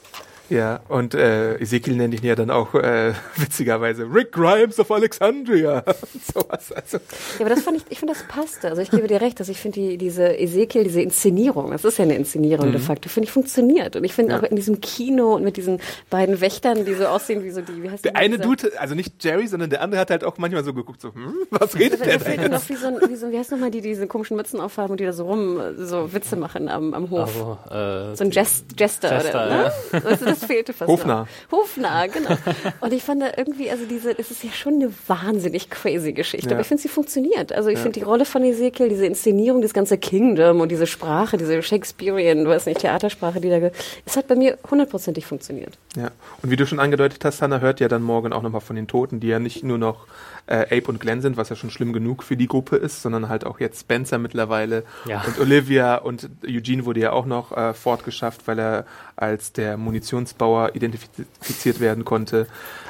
Ja, und Ezekiel nennt ihn ja dann auch witzigerweise Rick Grimes of Alexandria. Und sowas. Also. Ja, aber ich finde, das passte. Also ich gebe dir recht, dass ich finde, diese Ezekiel, diese Inszenierung, das ist ja eine Inszenierung de facto, finde ich funktioniert. Und ich finde auch in diesem Kino und mit diesen beiden Wächtern, die so aussehen wie so die, wie heißt der eine Dude, also nicht Jerry, sondern der andere hat halt auch manchmal so geguckt, so, was redet der denn? Noch wie so, wie heißt nochmal die diese komischen Mützen aufhaben und die da so so Witze machen am Hof. Also, so ein Jester oder, ne? Ja. Also das fehlte fast Hofnarr. Hofnarr, genau. Und ich fand da irgendwie, also es ist ja schon eine wahnsinnig crazy Geschichte, aber ich finde, sie funktioniert. Also ich finde die Rolle von Ezekiel, diese Inszenierung, das ganze Kingdom und diese Sprache, diese Shakespearean, Theatersprache, es hat bei mir 100% funktioniert. Ja, und wie du schon angedeutet hast, Hannah hört ja dann morgen auch nochmal von den Toten, die ja nicht nur noch Abe und Glenn sind, was ja schon schlimm genug für die Gruppe ist, sondern halt auch jetzt Spencer mittlerweile und Olivia und Eugene wurde ja auch noch fortgeschafft, weil er als der Munitionsbauer identifiziert werden konnte.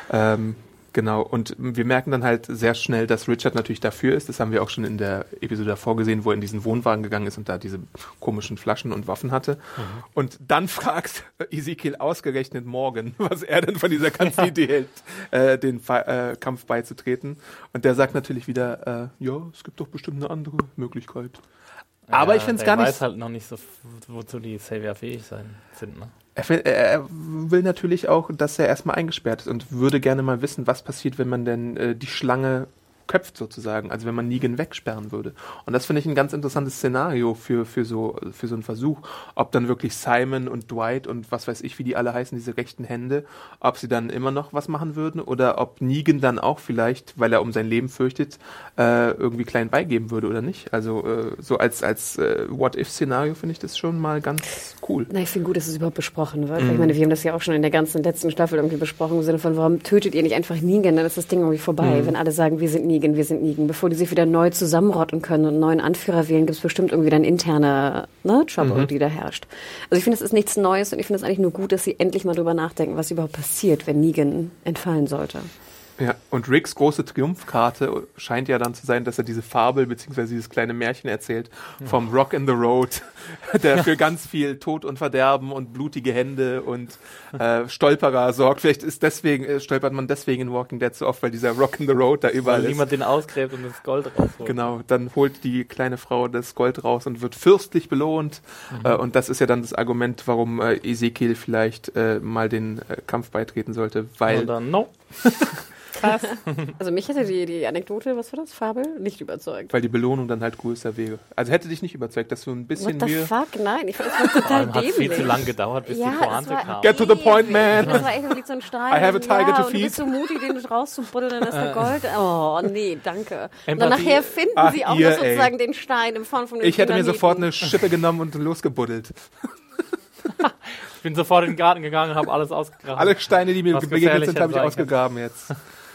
Genau, und wir merken dann halt sehr schnell, dass Richard natürlich dafür ist. Das haben wir auch schon in der Episode davor gesehen, wo er in diesen Wohnwagen gegangen ist und da diese komischen Flaschen und Waffen hatte. Und dann fragt Ezekiel ausgerechnet Morgan, was er denn von dieser ganzen Idee hält, den Kampf beizutreten. Und der sagt natürlich wieder, ja, es gibt doch bestimmt eine andere Möglichkeit. Aber ich finde es gar nicht... Er weiß halt noch nicht so, wozu die Savior fähig sind, ne? Er will natürlich auch, dass er erstmal eingesperrt ist und würde gerne mal wissen, was passiert, wenn man denn die Schlange köpft sozusagen, also wenn man Negan wegsperren würde. Und das finde ich ein ganz interessantes Szenario für so einen Versuch, ob dann wirklich Simon und Dwight und was weiß ich, wie die alle heißen, diese rechten Hände, ob sie dann immer noch was machen würden oder ob Negan dann auch vielleicht, weil er um sein Leben fürchtet, irgendwie klein beigeben würde oder nicht. Also so als What-If-Szenario finde ich das schon mal ganz cool. Na, ich finde gut, dass es überhaupt besprochen wird. Ich meine, wir haben das ja auch schon in der ganzen letzten Staffel irgendwie besprochen, im Sinne von, warum tötet ihr nicht einfach Negan, dann ist das Ding irgendwie vorbei. Wenn alle sagen, wir sind Negan. Bevor die sich wieder neu zusammenrotten können und einen neuen Anführer wählen, gibt es bestimmt irgendwie dann interne Trouble, die da herrscht. Also ich finde, es ist nichts Neues und ich finde es eigentlich nur gut, dass sie endlich mal drüber nachdenken, was überhaupt passiert, wenn Negan entfallen sollte. Ja, und Ricks große Triumphkarte scheint ja dann zu sein, dass er diese Fabel bzw. dieses kleine Märchen erzählt vom Rock in the Road, der für ganz viel Tod und Verderben und blutige Hände und Stolperer sorgt. Vielleicht stolpert man deswegen in Walking Dead so oft, weil dieser Rock in the Road da überall ist. Weil niemand den ausgräbt und das Gold rausholt. Genau, dann holt die kleine Frau das Gold raus und wird fürstlich belohnt. Und das ist ja dann das Argument, warum Ezekiel vielleicht mal den Kampf beitreten sollte, weil... Oder no. Krass. Also mich hätte die Anekdote, was war das, Fabel, nicht überzeugt. Weil die Belohnung dann halt größer wäre. Also hätte dich nicht überzeugt, dass du ein bisschen What the fuck? Nein, ich fand das total dämlich. Hat viel zu lang gedauert, bis die Pointe kam. Get to the point, man! Das war echt so ein Stein. I have a tiger to feed. Und du bist so mutig, den rauszubuddeln, dann ist der Gold. Oh, nee, danke. Empathie. Und dann nachher finden sie auch noch sozusagen den Stein in Form von den Ich hätte mir sofort eine Schippe genommen und losgebuddelt. Ich bin sofort in den Garten gegangen und habe alles ausgegraben. Alle Steine, die mir begegnet sind, habe ich ausgegraben jetzt.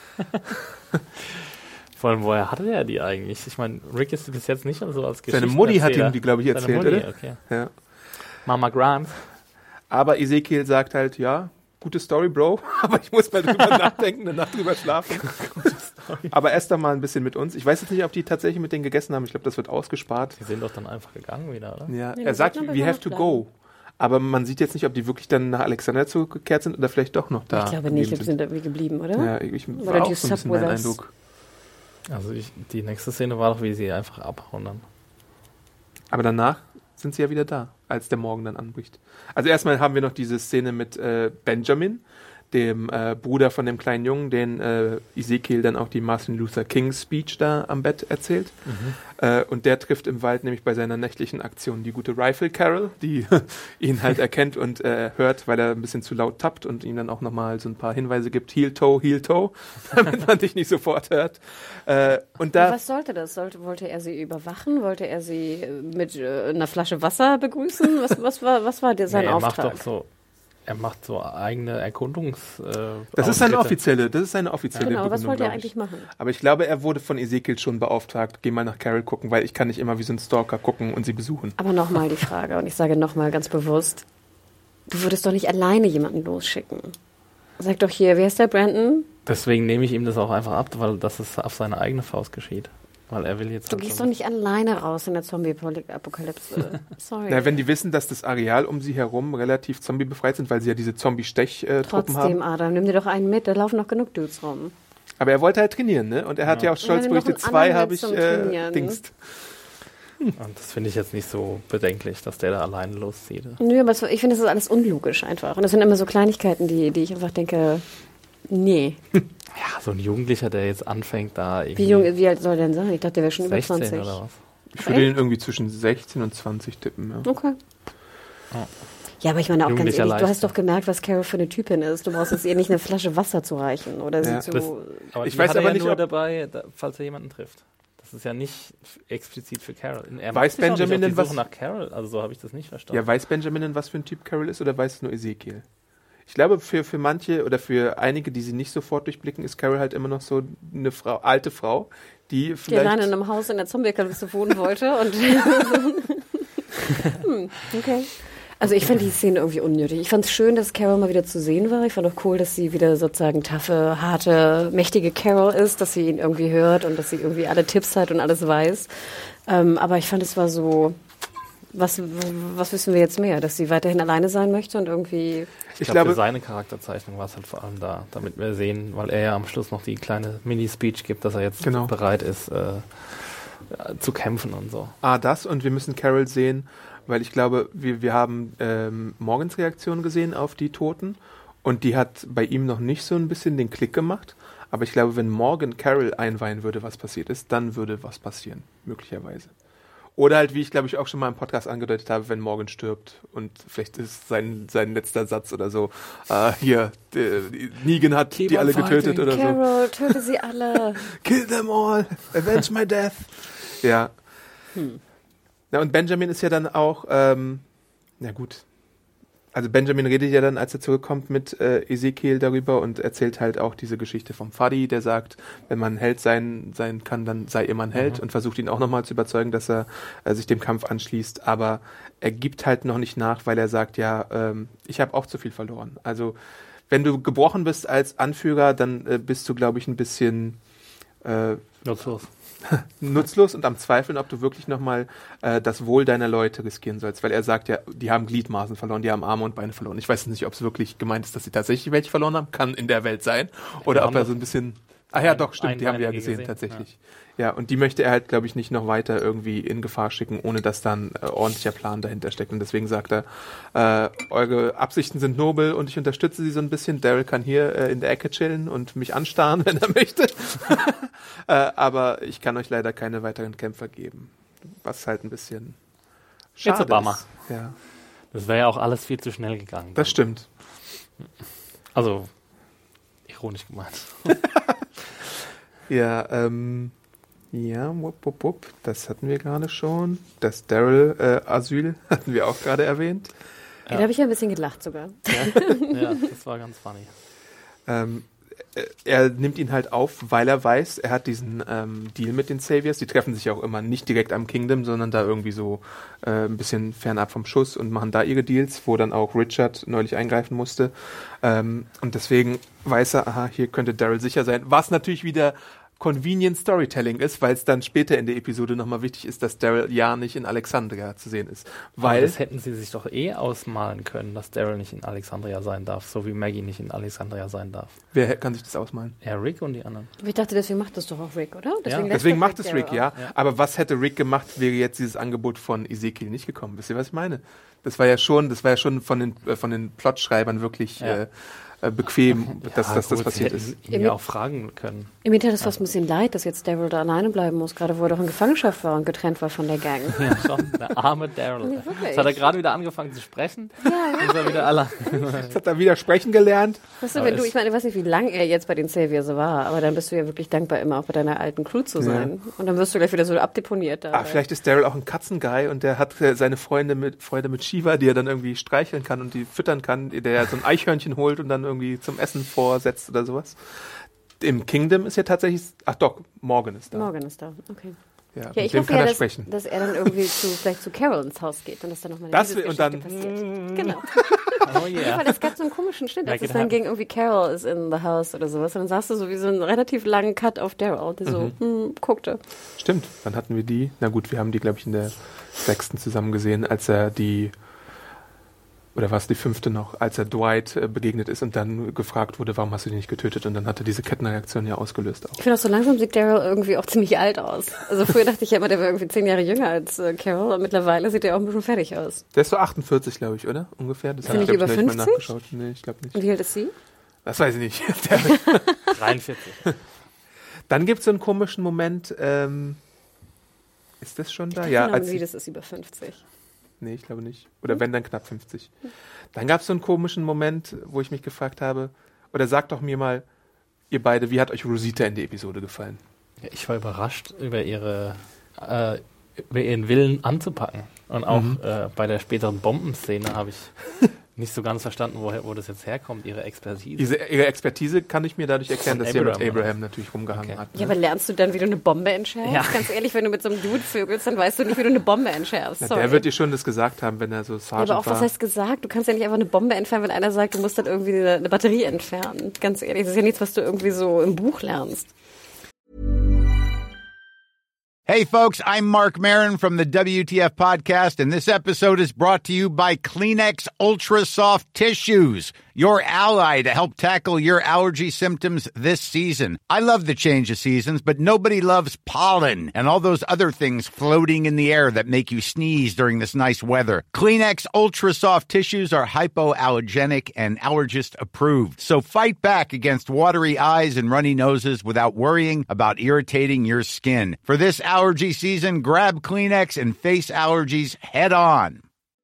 Vor allem, woher hatte er die eigentlich? Ich meine, Rick ist bis jetzt nicht so als Geschichte. Seine Mutti hat ihm die, glaube ich, erzählt, Mutti, oder? Okay. Ja. Mama Grimes. Aber Ezekiel sagt halt, ja, gute Story, Bro, aber ich muss mal drüber nachdenken, eine Nacht drüber schlafen. Aber erst einmal ein bisschen mit uns. Ich weiß jetzt nicht, ob die tatsächlich mit denen gegessen haben. Ich glaube, das wird ausgespart. Die sind doch dann einfach gegangen wieder, oder? Ja, er sagt, we have to go. Aber man sieht jetzt nicht, ob die wirklich dann nach Alexandria zurückgekehrt sind oder vielleicht doch noch da. Ich glaube nicht, die sind da wie geblieben, oder? Ja, ich war auch so ein bisschen mein Eindruck. Also die nächste Szene war doch, wie sie einfach abhauen dann. Aber danach sind sie ja wieder da, als der Morgen dann anbricht. Also erstmal haben wir noch diese Szene mit Benjamin, dem Bruder von dem kleinen Jungen, den Ezekiel dann auch die Martin Luther King Speech da am Bett erzählt. Und der trifft im Wald nämlich bei seiner nächtlichen Aktion die gute Rifle Carol, die ihn halt erkennt und hört, weil er ein bisschen zu laut tappt und ihm dann auch nochmal so ein paar Hinweise gibt, Heel Toe, damit man dich nicht sofort hört. Und was sollte das? Wollte er sie überwachen? Wollte er sie mit einer Flasche Wasser begrüßen? Was war sein Auftrag? Er macht so eigene Das ist seine offizielle Genau, was wollte er eigentlich machen? Aber ich glaube, er wurde von Ezekiel schon beauftragt, geh mal nach Carol gucken, weil ich kann nicht immer wie so ein Stalker gucken und sie besuchen. Aber nochmal die Frage, und ich sage nochmal ganz bewusst, du würdest doch nicht alleine jemanden losschicken. Sag doch hier, wer ist der Brandon? Deswegen nehme ich ihm das auch einfach ab, weil das auf seine eigene Faust geschieht. Weil er will jetzt... Du gehst doch nicht alleine raus in der Zombie-Apokalypse. Sorry. Na, wenn die wissen, dass das Areal um sie herum relativ zombiebefreit sind, weil sie ja diese Zombie-Stech-Truppen haben. Trotzdem, Adam, nimm dir doch einen mit, da laufen noch genug Dudes rum. Aber er wollte halt trainieren, ne? Und er hat ja auch stolz berichtet, 2 habe ich dingst. Und das finde ich jetzt nicht so bedenklich, dass der da alleine loszieht. Nö, aber ich finde, das ist alles unlogisch einfach. Und das sind immer so Kleinigkeiten, die ich einfach denke, nee. Ja, so ein Jugendlicher, der jetzt anfängt, da irgendwie... Wie alt soll der denn sein? Ich dachte, der wäre schon über 20. Oder was? Ich würde ihn irgendwie zwischen 16 und 20 tippen, ja. Okay. Oh. Ja, aber ich meine auch ganz ehrlich, Leichter. du hast doch gemerkt, was Carol für eine Typin ist. Du brauchst jetzt ihr nicht eine Flasche Wasser zu reichen oder sie zu... Aber ich weiß aber nicht, nur dabei, falls er jemanden trifft. Das ist ja nicht explizit für Carol. Er weiß Benjamin denn was nach Carol? Also so habe ich das nicht verstanden. Ja, weiß Benjamin denn, was für ein Typ Carol ist oder weiß es nur Ezekiel? Ich glaube, für manche oder für einige, die sie nicht sofort durchblicken, ist Carol halt immer noch so eine alte Frau, die vielleicht... Die alleine in einem Haus in der Zombie-Apokalypse wohnen wollte und... Okay. Also ich fand die Szene irgendwie unnötig. Ich fand es schön, dass Carol mal wieder zu sehen war. Ich fand auch cool, dass sie wieder sozusagen taffe, harte, mächtige Carol ist, dass sie ihn irgendwie hört und dass sie irgendwie alle Tipps hat und alles weiß. Aber ich fand, es war so, was wissen wir jetzt mehr? Dass sie weiterhin alleine sein möchte und irgendwie... Ich glaube, für seine Charakterzeichnung war es halt vor allem da, damit wir sehen, weil er ja am Schluss noch die kleine Mini-Speech gibt, dass er jetzt bereit ist, zu kämpfen und so. Das und wir müssen Carol sehen, weil ich glaube, wir haben Morgans Reaktion gesehen auf die Toten und die hat bei ihm noch nicht so ein bisschen den Klick gemacht. Aber ich glaube, wenn Morgan Carol einweihen würde, was passiert ist, dann würde was passieren, möglicherweise. Oder halt, wie ich glaube ich auch schon mal im Podcast angedeutet habe, wenn Morgan stirbt und vielleicht ist sein letzter Satz oder so, Negan hat die alle getötet oder so. Carol, töte sie alle. Kill them all, avenge my death. Ja. Na, und Benjamin ist ja dann auch, na gut, also Benjamin redet ja dann, als er zurückkommt, mit Ezekiel darüber und erzählt halt auch diese Geschichte vom Fadi, der sagt, wenn man Held sein kann, dann sei immer ein Held und versucht ihn auch nochmal zu überzeugen, dass er sich dem Kampf anschließt, aber er gibt halt noch nicht nach, weil er sagt, ja, ich habe auch zu viel verloren. Also wenn du gebrochen bist als Anführer, dann bist du, glaube ich, ein bisschen nutzlos und am Zweifeln, ob du wirklich nochmal das Wohl deiner Leute riskieren sollst, weil er sagt ja, die haben Gliedmaßen verloren, die haben Arme und Beine verloren. Ich weiß nicht, ob es wirklich gemeint ist, dass sie tatsächlich welche verloren haben, kann in der Welt sein, oder ob er so ein bisschen... Ach ja, doch, stimmt, die haben wir ja gesehen, tatsächlich. Ja, und die möchte er halt, glaube ich, nicht noch weiter irgendwie in Gefahr schicken, ohne dass dann ordentlicher Plan dahinter steckt. Und deswegen sagt er, eure Absichten sind nobel und ich unterstütze sie so ein bisschen. Daryl kann hier in der Ecke chillen und mich anstarren, wenn er möchte. Aber ich kann euch leider keine weiteren Kämpfer geben. Was halt ein bisschen schade ist. Ja. Das wäre ja auch alles viel zu schnell gegangen. Das stimmt. Also, ironisch gemeint. Ja, das hatten wir gerade schon. Das Daryl-Asyl hatten wir auch gerade erwähnt. Ja, da habe ich ja ein bisschen gelacht sogar. Ja, das war ganz funny. Er nimmt ihn halt auf, weil er weiß, er hat diesen Deal mit den Saviors. Die treffen sich auch immer nicht direkt am Kingdom, sondern da irgendwie so ein bisschen fernab vom Schuss und machen da ihre Deals, wo dann auch Richard neulich eingreifen musste. Und deswegen weiß er, aha, hier könnte Daryl sicher sein. Was natürlich wieder Convenient Storytelling ist, weil es dann später in der Episode nochmal wichtig ist, dass Daryl ja nicht in Alexandria zu sehen ist. Weil aber das hätten sie sich doch ausmalen können, dass Daryl nicht in Alexandria sein darf, so wie Maggie nicht in Alexandria sein darf. Wer kann sich das ausmalen? Ja, Rick und die anderen. Ich dachte, deswegen macht das doch auch Rick, oder? Deswegen macht es Rick, ja. Aber was hätte Rick gemacht, wäre jetzt dieses Angebot von Ezekiel nicht gekommen? Wisst ihr, was ich meine? Das war ja schon von den Plotschreibern wirklich bequem, dass das passiert ist. Ihn ja auch fragen können. Mir tat es fast ein bisschen leid, dass jetzt Daryl da alleine bleiben muss, gerade wo er doch in Gefangenschaft war und getrennt war von der Gang. Ja, schon. Der arme Daryl. Ja, jetzt hat er gerade wieder angefangen zu sprechen. Ja. Ist er wieder allein. Jetzt hat er wieder sprechen gelernt. Weißt du, ich weiß nicht, wie lange er jetzt bei den Saviors war, aber dann bist du ja wirklich dankbar, immer auch bei deiner alten Crew zu sein. Ja. Und dann wirst du gleich wieder so abdeponiert. Vielleicht ist Daryl auch ein Katzenguy und der hat seine Freude mit Shiva, die er dann irgendwie streicheln kann und die füttern kann, der so ein Eichhörnchen holt und dann irgendwie zum Essen vorsetzt oder sowas. Im Kingdom ist ja tatsächlich, Morgan ist da. Morgan ist da, okay. Ja, ich hoffe ja, dass er dann irgendwie vielleicht zu Carol ins Haus geht und dass dann nochmal eine Geschichte passiert. Genau. Oh yeah. Weil es gab so einen komischen Schnitt, als es dann ging, irgendwie Carol is in the house oder sowas. Und dann sahst du so wie so einen relativ langen Cut auf Daryl, der so guckte. Stimmt, dann hatten wir die. Na gut, wir haben die, glaube ich, in der 6. zusammen gesehen, als er oder war es die 5. noch, als er Dwight begegnet ist und dann gefragt wurde, warum hast du den nicht getötet? Und dann hat er diese Kettenreaktion ja ausgelöst auch. Ich finde auch so langsam sieht Daryl irgendwie auch ziemlich alt aus. Also früher dachte ich ja immer, der wäre irgendwie 10 Jahre jünger als Carol und mittlerweile sieht er auch ein bisschen fertig aus. Der ist so 48, glaube ich, oder? Ungefähr. Das Finde ich über 50? Mal nachgeschaut. Nee, ich glaube nicht. Und wie alt ist sie? Das weiß ich nicht. 43. Dann gibt es so einen komischen Moment, ist das schon da? Ja, als das ist über 50. Nee, ich glaube nicht. Oder wenn, dann knapp 50. Dann gab es so einen komischen Moment, wo ich mich gefragt habe, oder sagt doch mir mal, ihr beide, wie hat euch Rosita in der Episode gefallen? Ja, ich war überrascht über ihren Willen anzupacken. Und auch bei der späteren Bombenszene habe ich nicht so ganz verstanden, wo das jetzt herkommt, ihre Expertise. Ihre Expertise kann ich mir dadurch erklären, dass sie mit Abraham natürlich rumgehangen hat. Ne? Ja, aber lernst du dann, wie du eine Bombe entschärfst? Ja. Ganz ehrlich, wenn du mit so einem Dude vögelst, dann weißt du nicht, wie du eine Bombe entschärfst. Na, der wird dir schon das gesagt haben, wenn er so Sergeant war. Aber auch, was heißt gesagt? Du kannst ja nicht einfach eine Bombe entfernen, wenn einer sagt, du musst dann irgendwie eine Batterie entfernen. Ganz ehrlich, das ist ja nichts, was du irgendwie so im Buch lernst. Hey, folks, I'm Mark Maron from the WTF Podcast, and this episode is brought to you by Kleenex Ultra Soft Tissues, your ally to help tackle your allergy symptoms this season. I love the change of seasons, but nobody loves pollen and all those other things floating in the air that make you sneeze during this nice weather. Kleenex Ultra Soft Tissues are hypoallergenic and allergist approved, so fight back against watery eyes and runny noses without worrying about irritating your skin. For this allergy season, grab Kleenex and face allergies head on.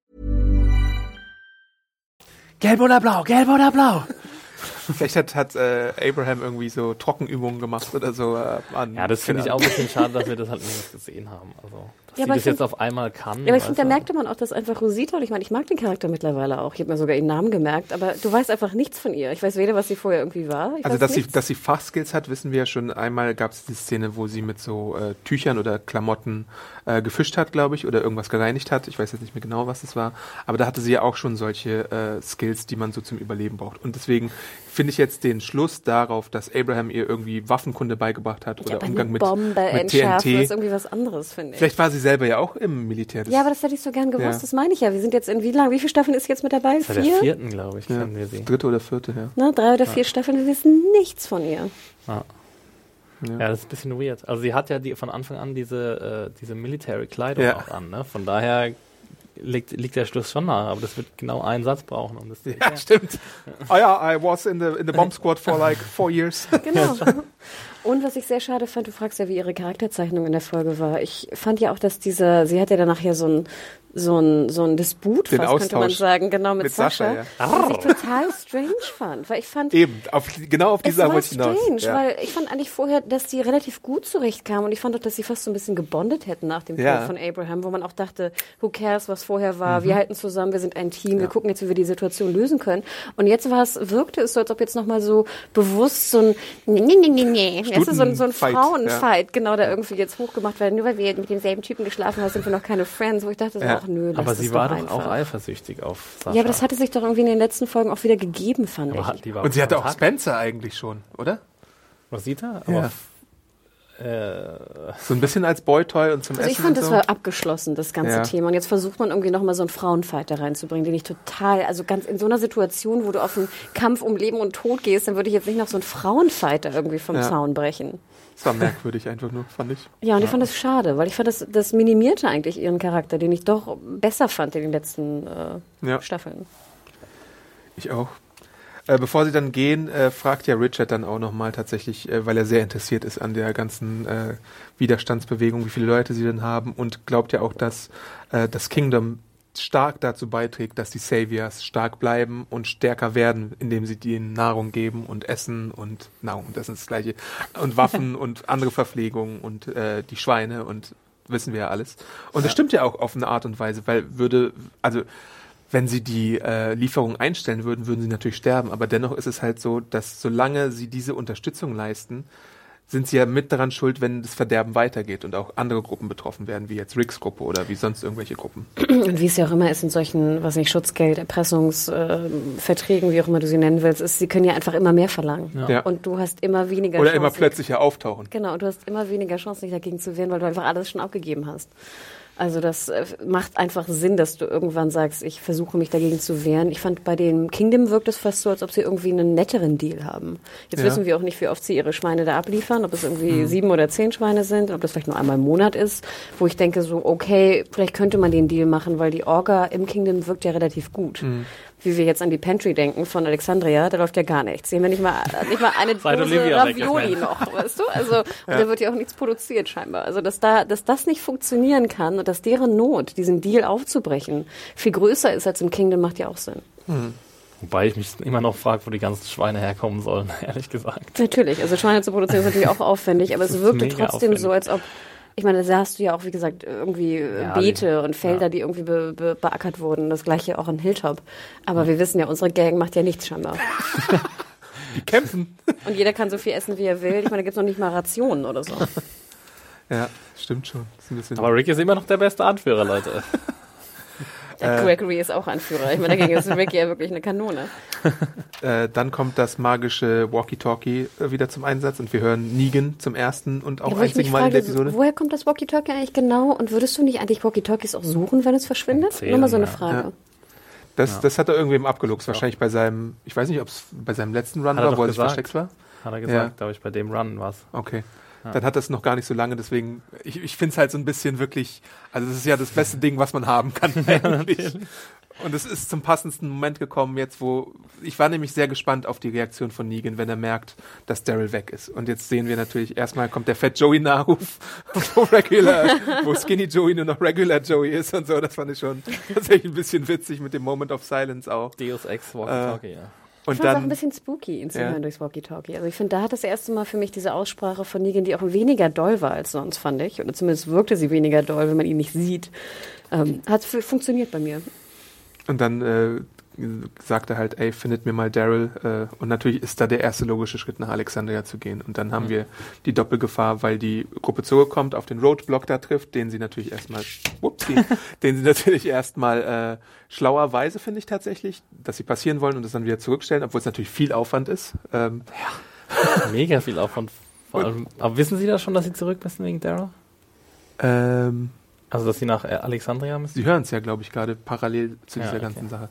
Gelb oder blau, gelb oder blau. Vielleicht hat Abraham irgendwie so Trockenübungen gemacht oder so. Ja, das finde ich auch ein bisschen schade, dass wir das halt nicht gesehen haben. Also, dass sie das jetzt auf einmal kann. Ja, aber ich finde, da merkte man auch, dass einfach Rosita, und ich meine, ich mag den Charakter mittlerweile auch, ich habe mir sogar ihren Namen gemerkt, aber du weißt einfach nichts von ihr. Ich weiß weder, was sie vorher irgendwie war. Also, dass sie Fachskills hat, wissen wir ja schon. Einmal gab es die Szene, wo sie mit so Tüchern oder Klamotten gefischt hat, glaube ich, oder irgendwas gereinigt hat. Ich weiß jetzt nicht mehr genau, was das war. Aber da hatte sie ja auch schon solche Skills, die man so zum Überleben braucht. Und deswegen finde ich jetzt den Schluss darauf, dass Abraham ihr irgendwie Waffenkunde beigebracht hat oder Umgang mit TNT. ist irgendwie was anderes, finde ich. Vielleicht war sie selber ja auch im Militär. Ja, aber das hätte ich so gern gewusst, das meine ich ja. Wir sind jetzt in wie viele Staffeln ist jetzt mit dabei? 4? Bei der 4., glaube ich, kennen wir sie. 3. oder 4., ja. Na, 3 oder 4 Staffeln, wir wissen nichts von ihr. Ja, das ist ein bisschen weird. Also sie hat ja von Anfang an diese Military-Kleidung auch an, ne? Von daher liegt der Schluss schon nahe, aber das wird genau einen Satz brauchen, um das zu erklären. Ja, stimmt. Oh ja, I was in the bomb squad for like 4 years. Genau. Und was ich sehr schade fand, du fragst ja, wie ihre Charakterzeichnung in der Folge war. Ich fand ja auch, dass sie hat ja dann nachher so ein Disput, den fast Austausch könnte man sagen, genau mit Sascha, was ich total strange fand, weil ich fand eben genau auf diese wollte ich hinaus. Strange, weil ich fand eigentlich vorher, dass die relativ gut zurechtkamen und ich fand auch, dass sie fast so ein bisschen gebondet hätten nach dem Tod von Abraham, wo man auch dachte, who cares, was vorher war, wir halten zusammen, wir sind ein Team, wir gucken jetzt, wie wir die Situation lösen können. Und jetzt wirkte es so, als ob jetzt nochmal so bewusst so ein so ein Frauenfight, genau, der irgendwie jetzt hochgemacht wird, nur weil wir mit demselben Typen geschlafen haben, sind wir noch keine Friends, wo ich dachte, nö, lass aber sie war doch einfach. Auch eifersüchtig auf Sascha. Ja, aber das hatte sich doch irgendwie in den letzten Folgen auch wieder gegeben, fand ich. Und sie hatte auch Spencer eigentlich schon, oder? Rosita? Ja. So ein bisschen als Boy-Toy und zum Essen. Ich fand, das war abgeschlossen, das ganze Thema. Und jetzt versucht man irgendwie nochmal so einen Frauenfight da reinzubringen, den ich total, also ganz in so einer Situation, wo du auf einen Kampf um Leben und Tod gehst, dann würde ich jetzt nicht noch so einen Frauenfight da irgendwie vom Zaun brechen. Das war merkwürdig einfach nur, fand ich. Ja, und ich fand das schade, weil ich fand, das minimierte eigentlich ihren Charakter, den ich doch besser fand in den letzten Staffeln. Ich auch. Bevor sie dann gehen, fragt ja Richard dann auch nochmal tatsächlich, weil er sehr interessiert ist an der ganzen Widerstandsbewegung, wie viele Leute sie denn haben und glaubt ja auch, dass das Kingdom stark dazu beiträgt, dass die Saviors stark bleiben und stärker werden, indem sie ihnen Nahrung geben und Essen und Nahrung, das ist das Gleiche, und Waffen und andere Verpflegung und die Schweine und wissen wir ja alles. Und das stimmt ja auch auf eine Art und Weise, weil wenn sie die Lieferung einstellen würden, würden sie natürlich sterben. Aber dennoch ist es halt so, dass solange sie diese Unterstützung leisten, sind sie ja mit daran schuld, wenn das Verderben weitergeht und auch andere Gruppen betroffen werden, wie jetzt Ricks Gruppe oder wie sonst irgendwelche Gruppen. Und wie es ja auch immer ist in solchen, Schutzgeld, Erpressungsverträgen, wie auch immer du sie nennen willst, sie können ja einfach immer mehr verlangen. Ja. Und du hast immer weniger Oder Chancen. immer plötzlicher auftauchen. Genau, und du hast immer weniger Chancen, dich dagegen zu wehren, weil du einfach alles schon abgegeben hast. Also das macht einfach Sinn, dass du irgendwann sagst, ich versuche mich dagegen zu wehren. Ich fand, bei dem Kingdom wirkt es fast so, als ob sie irgendwie einen netteren Deal haben. Jetzt wissen wir auch nicht, wie oft sie ihre Schweine da abliefern, ob es irgendwie 7 oder 10 Schweine sind, ob das vielleicht nur einmal im Monat ist, wo ich denke so, okay, vielleicht könnte man den Deal machen, weil die Orga im Kingdom wirkt ja relativ gut. Wie wir jetzt an die Pantry denken von Alexandria, da läuft ja gar nichts. Sie haben ja nicht mal eine Dose Ravioli noch, weißt du? Also, und da wird ja auch nichts produziert scheinbar. Also, dass das nicht funktionieren kann und dass deren Not, diesen Deal aufzubrechen, viel größer ist als im Kingdom, macht ja auch Sinn. Wobei ich mich immer noch frage, wo die ganzen Schweine herkommen sollen, ehrlich gesagt. Natürlich, also Schweine zu produzieren ist natürlich auch aufwendig, aber es wirkte trotzdem aufwendig. So, als ob, ich meine, da hast du ja auch, wie gesagt, irgendwie Beete und Felder, die irgendwie beackert wurden. Das gleiche auch in Hilltop. Aber wir wissen ja, unsere Gang macht ja nichts scheinbar. Die kämpfen. Und jeder kann so viel essen, wie er will. Ich meine, da gibt es noch nicht mal Rationen oder so. Ja, stimmt schon. Das ist ein bisschen aber Rick ist immer noch der beste Anführer, Leute. Gregory ist auch Anführer. Ich meine, dagegen ist Rick ja wirklich eine Kanone. Dann kommt das magische Walkie-Talkie wieder zum Einsatz und wir hören Negan zum ersten und auch einzigen Mal in der Episode. Woher kommt das Walkie-Talkie eigentlich genau? Und würdest du nicht eigentlich Walkie-Talkies auch suchen, wenn es verschwindet? Nur mal so eine Frage. Ja. Das hat er irgendwem abgeluchst. Wahrscheinlich bei seinem, ich weiß nicht, ob es bei seinem letzten Run war, wo er sich versteckt war. Hat er gesagt, glaube ich, bei dem Run war es. Okay. Ja. Dann hat das noch gar nicht so lange, deswegen, ich finde es halt so ein bisschen wirklich, also das ist ja das beste Ding, was man haben kann eigentlich. Und es ist zum passendsten Moment gekommen jetzt, wo, ich war nämlich sehr gespannt auf die Reaktion von Negan, wenn er merkt, dass Daryl weg ist. Und jetzt sehen wir natürlich, erstmal kommt der Fat Joey Nachruf, wo Skinny Joey nur noch Regular Joey ist und so, das fand ich schon tatsächlich ein bisschen witzig mit dem Moment of Silence auch. Deus Ex Walkie-Talkie, ja. Und ich fand es auch ein bisschen spooky, ihn zu hören durchs Walkie-Talkie. Also ich finde, da hat das erste Mal für mich diese Aussprache von Negan, die auch weniger doll war als sonst, fand ich. Oder zumindest wirkte sie weniger doll, wenn man ihn nicht sieht. Hat funktioniert bei mir. Und dann sagt er halt, ey, findet mir mal Daryl. Und natürlich ist da der erste logische Schritt, nach Alexandria zu gehen. Und dann haben wir die Doppelgefahr, weil die Gruppe zurückkommt, auf den Roadblock da trifft, den sie natürlich erstmal schlauerweise, finde ich tatsächlich, dass sie passieren wollen und das dann wieder zurückstellen, obwohl es natürlich viel Aufwand ist. Mega viel Aufwand. Vor allem, aber wissen Sie da schon, dass Sie zurück müssen wegen Daryl? Also, dass Sie nach Alexandria müssen? Sie hören es ja, glaube ich, gerade parallel zu dieser ganzen Sache.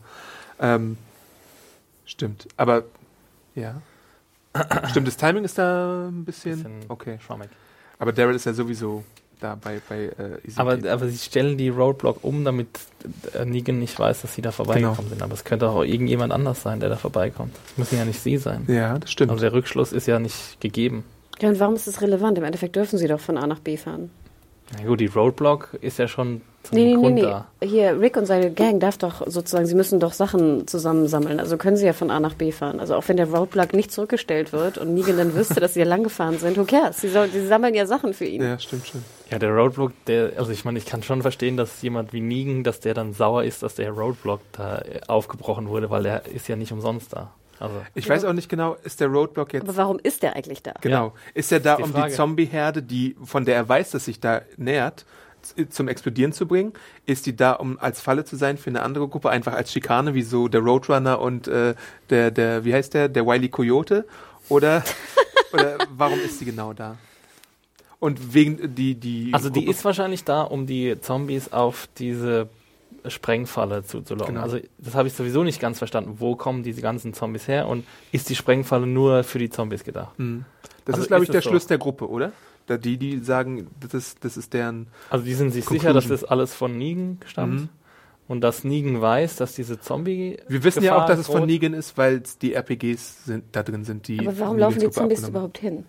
Stimmt, aber ja. Stimmt, das Timing ist da ein bisschen okay. Schwammig. Aber Daryl ist ja sowieso da bei Ezekiel. Aber sie stellen die Roadblock um, damit Negan nicht weiß, dass sie da vorbeigekommen sind. Aber es könnte auch irgendjemand anders sein, der da vorbeikommt. Das müssen ja nicht sie sein. Ja, das stimmt. Also der Rückschluss ist ja nicht gegeben. Ja, und warum ist das relevant? Im Endeffekt dürfen sie doch von A nach B fahren. Na gut, die Roadblock ist ja schon zum Grund da. Hier, Rick und seine Gang darf doch sozusagen, sie müssen doch Sachen zusammensammeln. Also können sie ja von A nach B fahren. Also auch wenn der Roadblock nicht zurückgestellt wird und Negan dann wüsste, dass sie ja lang gefahren sind, who cares? Sie sammeln ja Sachen für ihn. Ja, stimmt schon. Ja, der Roadblock, also ich meine, ich kann schon verstehen, dass jemand wie Negan, dass der dann sauer ist, dass der Roadblock da aufgebrochen wurde, weil der ist ja nicht umsonst da. Also. Ich weiß auch nicht genau, ist der Roadblock jetzt... Aber warum ist der eigentlich da? Genau. Ist er da, um die Zombie-Herde, von der er weiß, dass sich da nähert, zum Explodieren zu bringen? Ist die da, um als Falle zu sein für eine andere Gruppe, einfach als Schikane, wie so der Roadrunner und der wie heißt der Wile E. Coyote? Oder warum ist sie genau da? Und wegen die Also die ist wahrscheinlich da, um die Zombies auf diese Sprengfalle zuzulocken. Genau. Also das habe ich sowieso nicht ganz verstanden. Wo kommen diese ganzen Zombies her und ist die Sprengfalle nur für die Zombies gedacht? Das ist, glaube ich, der Schluss der Gruppe, oder? Da die sagen, das ist deren... Also die sind sich sicher, dass das alles von Negan stammt und dass Negan weiß, dass diese Zombie... Wir wissen ja auch, dass es von Negan ist, weil die RPGs da drin sind, die... Aber warum laufen die Zombies überhaupt hin?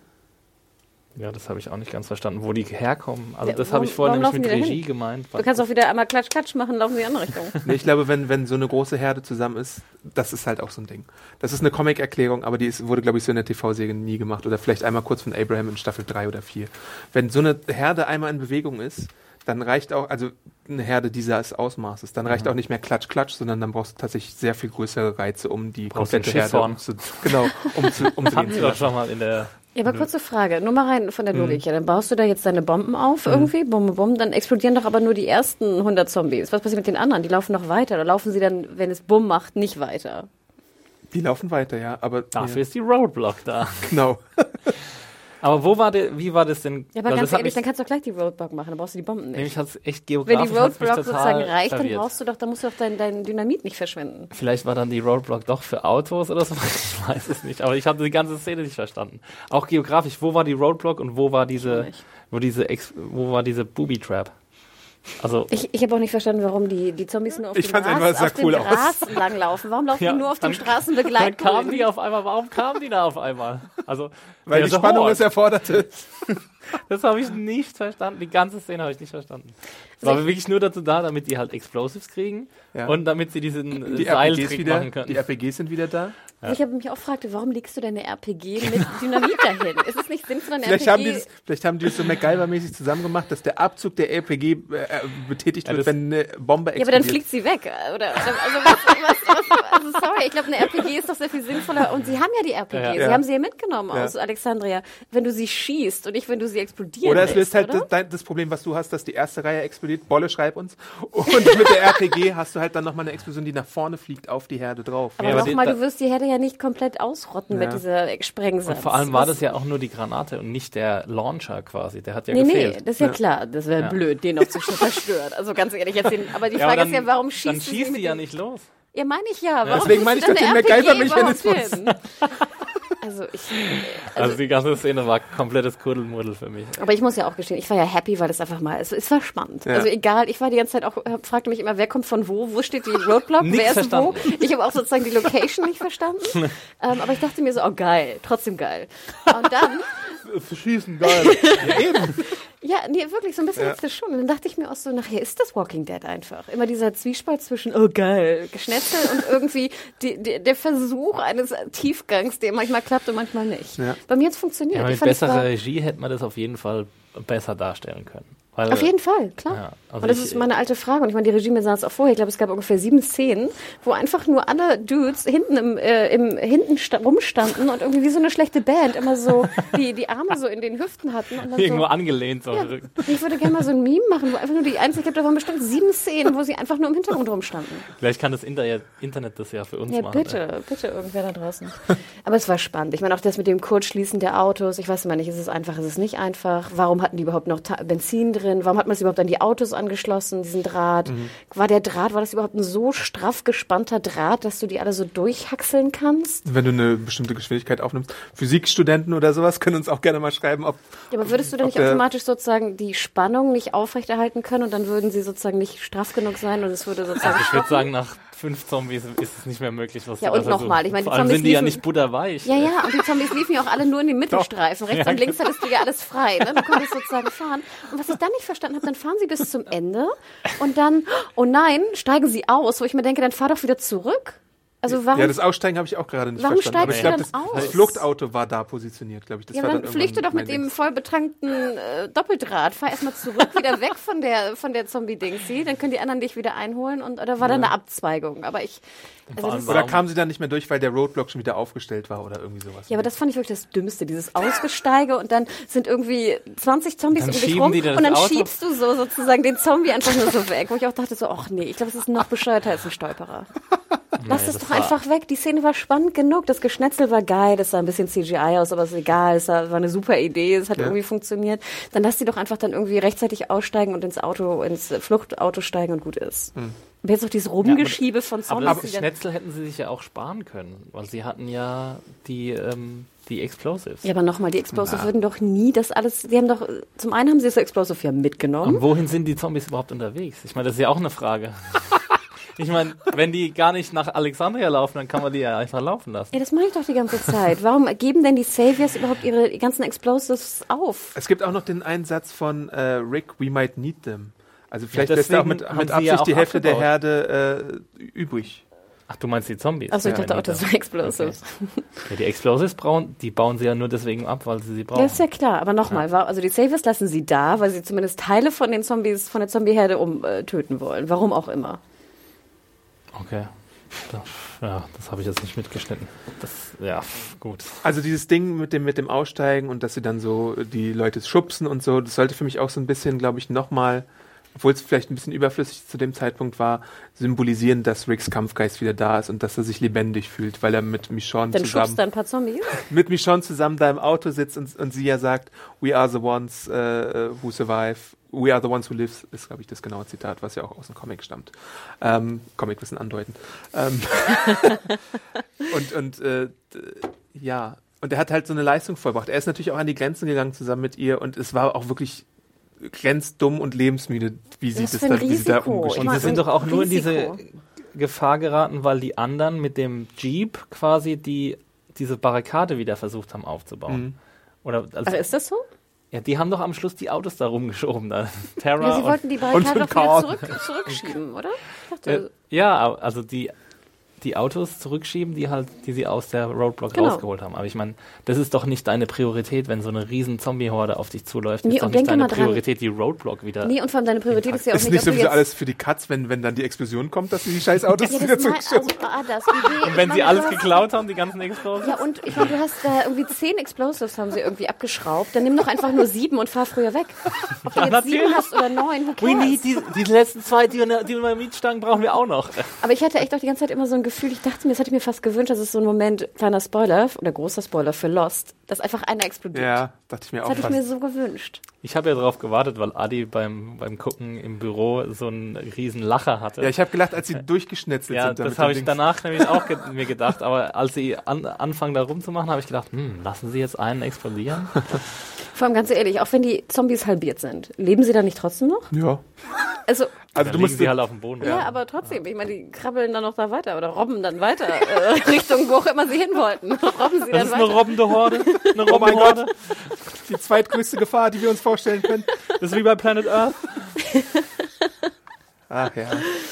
Ja, das habe ich auch nicht ganz verstanden, wo die herkommen. Also das habe ich vorhin nämlich mit Regie gemeint. Du kannst auch wieder einmal Klatsch, Klatsch machen, laufen sie in die andere Richtung. Nee, ich glaube, wenn so eine große Herde zusammen ist, das ist halt auch so ein Ding. Das ist eine Comic-Erklärung, aber wurde, glaube ich, so in der TV-Serie nie gemacht. Oder vielleicht einmal kurz von Abraham in Staffel 3 oder 4. Wenn so eine Herde einmal in Bewegung ist, dann reicht auch, also eine Herde dieses Ausmaßes, dann reicht auch nicht mehr Klatsch, Klatsch, sondern dann brauchst du tatsächlich sehr viel größere Reize, um die komplette Herde umdrehen hatten wir doch schon mal in der Ja, aber kurze Frage, nur mal rein von der Logik her. Dann baust du da jetzt deine Bomben auf irgendwie, Bumm, dann explodieren doch aber nur die ersten 100 Zombies. Was passiert mit den anderen? Die laufen noch weiter. Oder laufen sie dann, wenn es Bumm macht, nicht weiter? Die laufen weiter, ja. Aber Dafür ist die Roadblock da. Genau. Aber wie war das denn? Ja, aber ganz ehrlich, dann kannst du doch gleich die Roadblock machen, dann brauchst du die Bomben nicht. Nämlich hat es echt geografisch. Wenn die Roadblock sozusagen reicht, verwirrt. dann musst du doch dein Dynamit nicht verschwenden. Vielleicht war dann die Roadblock doch für Autos oder so, ich weiß es nicht. Aber ich habe die ganze Szene nicht verstanden. Auch geografisch, wo war die Roadblock und wo war diese Booby Trap? Also ich habe auch nicht verstanden, warum die Zombies nur auf dem Gras langlaufen. Warum laufen die nur auf dem Straßenbegleitgrün? Warum kamen die da auf einmal? Also, weil die Spannung es erforderte. Das habe ich nicht verstanden. Die ganze Szene habe ich nicht verstanden. Es war wirklich nur dazu da, damit die halt Explosives kriegen und damit sie diesen Seiltrick machen können. Die RPGs sind wieder da. Ja. Ich habe mich auch gefragt, warum legst du deine RPG mit Dynamit dahin? Ist es nicht sinnvoll, eine RPG... Vielleicht haben die das so MacGyver-mäßig zusammen gemacht, dass der Abzug der RPG betätigt wird, wenn eine Bombe explodiert. Ja, aber dann fliegt sie weg. Also sorry, ich glaube, eine RPG ist doch sehr viel sinnvoller. Und sie haben ja die RPG. Sie haben sie ja mitgenommen aus Alexandria. Wenn du sie schießt und nicht, wenn du sie explodieren Oder es löst halt das Problem, was du hast, dass die erste Reihe explodiert. Bolle, schreib uns. Und mit der RPG hast du halt dann nochmal eine Explosion, die nach vorne fliegt auf die Herde drauf. Aber nochmal, du wirst die Herde ja nicht komplett ausrotten mit dieser Sprengsatz. Und vor allem war das ja auch nur die Granate und nicht der Launcher quasi. Der hat ja gefehlt. Nee, das ist ja klar. Das wäre blöd, den noch zu zerstören. Also ganz ehrlich, aber die Frage ist ja, warum schießt dann schießt die ja nicht los. Ja, meine ich ja. Warum deswegen meine ich doch den MacGyver-Mechanismus. Also die ganze Szene war komplettes Kuddelmuddel für mich. Aber ich muss ja auch gestehen, ich war ja happy, weil es einfach mal, es war spannend. Ja. Also egal, ich war die ganze Zeit auch, fragte mich immer, wer kommt von wo steht die Roadblock, wer ist verstanden. wo. Ich habe auch sozusagen die Location nicht verstanden. Aber ich dachte mir so, oh geil, trotzdem geil. Und dann... Schießen, geil. Ja, eben. Ja, nee, wirklich, so ein bisschen ist das schon. Und dann dachte ich mir auch so, nachher ist das Walking Dead einfach. Immer dieser Zwiespalt zwischen, oh geil, Geschnetzel und irgendwie der Versuch eines Tiefgangs, der manchmal klappt und manchmal nicht. Ja. Bei mir hat es funktioniert. Ja, mit besserer Regie hätte man das auf jeden Fall besser darstellen können. Weil, auf jeden Fall, klar. Ja, also und das ist meine alte Frage. Und ich meine, die Regie, mir sah es auch vorher. Ich glaube, es gab ungefähr 7 Szenen, wo einfach nur alle Dudes hinten rumstanden und irgendwie wie so eine schlechte Band immer so die Arme so in den Hüften hatten. Und dann irgendwo so, angelehnt. So. Ja, ich würde gerne mal so ein Meme machen, wo einfach nur die einzelnen, ich glaube, da waren bestimmt 7 Szenen, wo sie einfach nur im Hintergrund rumstanden. Vielleicht kann das Internet das ja für uns machen. Bitte irgendwer da draußen. Aber es war spannend. Ich meine, auch das mit dem Kurzschließen der Autos. Ich weiß immer nicht, ist es einfach, ist es nicht einfach? Warum hatten die überhaupt noch Benzin drin? Warum hat man es überhaupt an die Autos angeschlossen, diesen Draht? War das überhaupt ein so straff gespannter Draht, dass du die alle so durchhackseln kannst? Wenn du eine bestimmte Geschwindigkeit aufnimmst. Physikstudenten oder sowas können uns auch gerne mal schreiben, ob... Ja, aber würdest du dann nicht automatisch sozusagen die Spannung nicht aufrechterhalten können und dann würden sie sozusagen nicht straff genug sein und es würde sozusagen... Also ich würde sagen, nach 5 Zombies ist es nicht mehr möglich, was ja, und nochmal, ich meine, die Zombies sind die ja nicht butterweich. Ja, und die Zombies liefen ja auch alle nur in den Mittelstreifen. Rechts und links hattest du ja alles frei, ne? Du konntest sozusagen fahren. Und was ich dann nicht verstanden habe, dann fahren sie bis zum Ende und dann, oh nein, steigen sie aus, wo ich mir denke, dann fahr doch wieder zurück. Also warum, ja, das Aussteigen habe ich auch gerade nicht verstanden. Aber ich glaube, das Fluchtauto war da positioniert, glaube ich. Das ja, war dann flüchte doch mit dem voll betrankten Doppeldraht. Fahr erstmal zurück, wieder weg von der Zombie-Dingsy. Dann können die anderen dich wieder einholen. Oder war da eine Abzweigung? Aber oder kamen sie dann nicht mehr durch, weil der Roadblock schon wieder aufgestellt war oder irgendwie sowas? Ja, aber das fand ich wirklich das Dümmste. Dieses Ausgesteige und dann sind irgendwie 20 Zombies um dich rum und dann schiebst du sozusagen den Zombie einfach nur so weg. Wo ich auch dachte so, ach nee, ich glaube, es ist noch bescheuerter als ein Stolperer. Lass es doch einfach weg. Die Szene war spannend genug. Das Geschnetzel war geil. Das sah ein bisschen CGI aus, aber ist egal. Es war eine super Idee. Es hat irgendwie funktioniert. Dann lass die doch einfach dann irgendwie rechtzeitig aussteigen und ins Fluchtauto steigen und gut ist. Und jetzt noch dieses Rumgeschiebe von Zombies. Aber das Geschnetzel hätten sie sich ja auch sparen können, weil sie hatten ja die Explosives. Ja, aber nochmal, die Explosives würden doch nie das alles, zum einen haben sie das Explosive ja mitgenommen. Und wohin sind die Zombies überhaupt unterwegs? Ich meine, das ist ja auch eine Frage. Ich meine, wenn die gar nicht nach Alexandria laufen, dann kann man die ja einfach laufen lassen. Ja, das mache ich doch die ganze Zeit. Warum geben denn die Saviors überhaupt ihre ganzen Explosives auf? Es gibt auch noch den Einsatz von Rick, we might need them. Also vielleicht lässt er auch mit Absicht die Hälfte der Herde übrig. Ach, du meinst die Zombies? Achso, ich dachte auch, das sind Explosives. Okay. Ja, die Explosives die bauen sie ja nur deswegen ab, weil sie brauchen. Ja, ist ja klar. Aber nochmal, also die Saviors lassen sie da, weil sie zumindest Teile von den Zombies, von der Zombie-Herde töten wollen. Warum auch immer. Okay. Das habe ich jetzt nicht mitgeschnitten. Gut. Also dieses Ding mit dem Aussteigen und dass sie dann so die Leute schubsen und so, das sollte für mich auch so ein bisschen, glaube ich, nochmal, obwohl es vielleicht ein bisschen überflüssig zu dem Zeitpunkt war, symbolisieren, dass Ricks Kampfgeist wieder da ist und dass er sich lebendig fühlt, weil er mit Michonne Dann schubst da ein paar Zombies? mit Michonne zusammen da im Auto sitzt und sie ja sagt, we are the ones who survive, we are the ones who live, ist, glaube ich, das genaue Zitat, was ja auch aus dem Comic stammt. Comicwissen andeuten. Und er hat halt so eine Leistung vollbracht. Er ist natürlich auch an die Grenzen gegangen zusammen mit ihr und es war auch wirklich grenzdumm und lebensmüde, wie sie da umgeschrieben. Und sie sind doch auch nur in diese Gefahr geraten, weil die anderen mit dem Jeep quasi diese Barrikade wieder versucht haben aufzubauen. Ach, ist das so? Ja, die haben doch am Schluss die Autos da rumgeschoben. Da. Terra ja, sie wollten die Barrikade doch wieder zurückschieben, oder? Ich dachte, also die Autos zurückschieben, die sie aus der Roadblock rausgeholt haben. Aber ich meine, das ist doch nicht deine Priorität, wenn so eine riesen Zombie-Horde auf dich zuläuft. Das ist doch nicht deine Priorität, die Roadblock wieder... Nee, und vor allem deine Priorität ist ja auch nicht sowieso alles für die Cuts, wenn dann die Explosion kommt, dass sie die scheiß Autos wieder zurückschießen. Und wenn sie alles geklaut haben, die ganzen Explosives? Ja, und ich meine, du hast da irgendwie 10 Explosives haben sie irgendwie abgeschraubt. Dann nimm doch einfach nur 7 und fahr früher weg. Ob du jetzt 7 hast oder 9, who cares? Die letzten 2 Dynamitstangen brauchen wir auch noch. Aber ich hatte echt auch die ganze Zeit immer so ein Gefühl, ich dachte mir, das hatte ich mir fast gewünscht, dass es so ein Moment, kleiner Spoiler oder großer Spoiler für Lost, dass einfach einer explodiert. Ja, dachte ich mir auch. Das hatte ich mir so gewünscht. Ich habe ja darauf gewartet, weil Adi beim Gucken im Büro so einen riesen Lacher hatte. Ja, ich habe gelacht, als sie durchgeschnetzelt sind. Ja, das habe ich danach nämlich auch mir gedacht, aber als sie anfangen da rumzumachen, habe ich gedacht, lassen sie jetzt einen explodieren? Vor allem ganz ehrlich, auch wenn die Zombies halbiert sind, leben sie da nicht trotzdem noch? Ja. Also du musst sie halt auf dem Boden. Ja, aber trotzdem, ich meine, die krabbeln dann noch da weiter oder robben dann weiter Richtung, wo auch immer sie hin wollten. Robben sie das dann ist weiter. eine robbende Horde. Oh mein Gott, die zweitgrößte Gefahr, die wir uns vorstellen können. Das ist wie bei Planet Earth. Ach ja.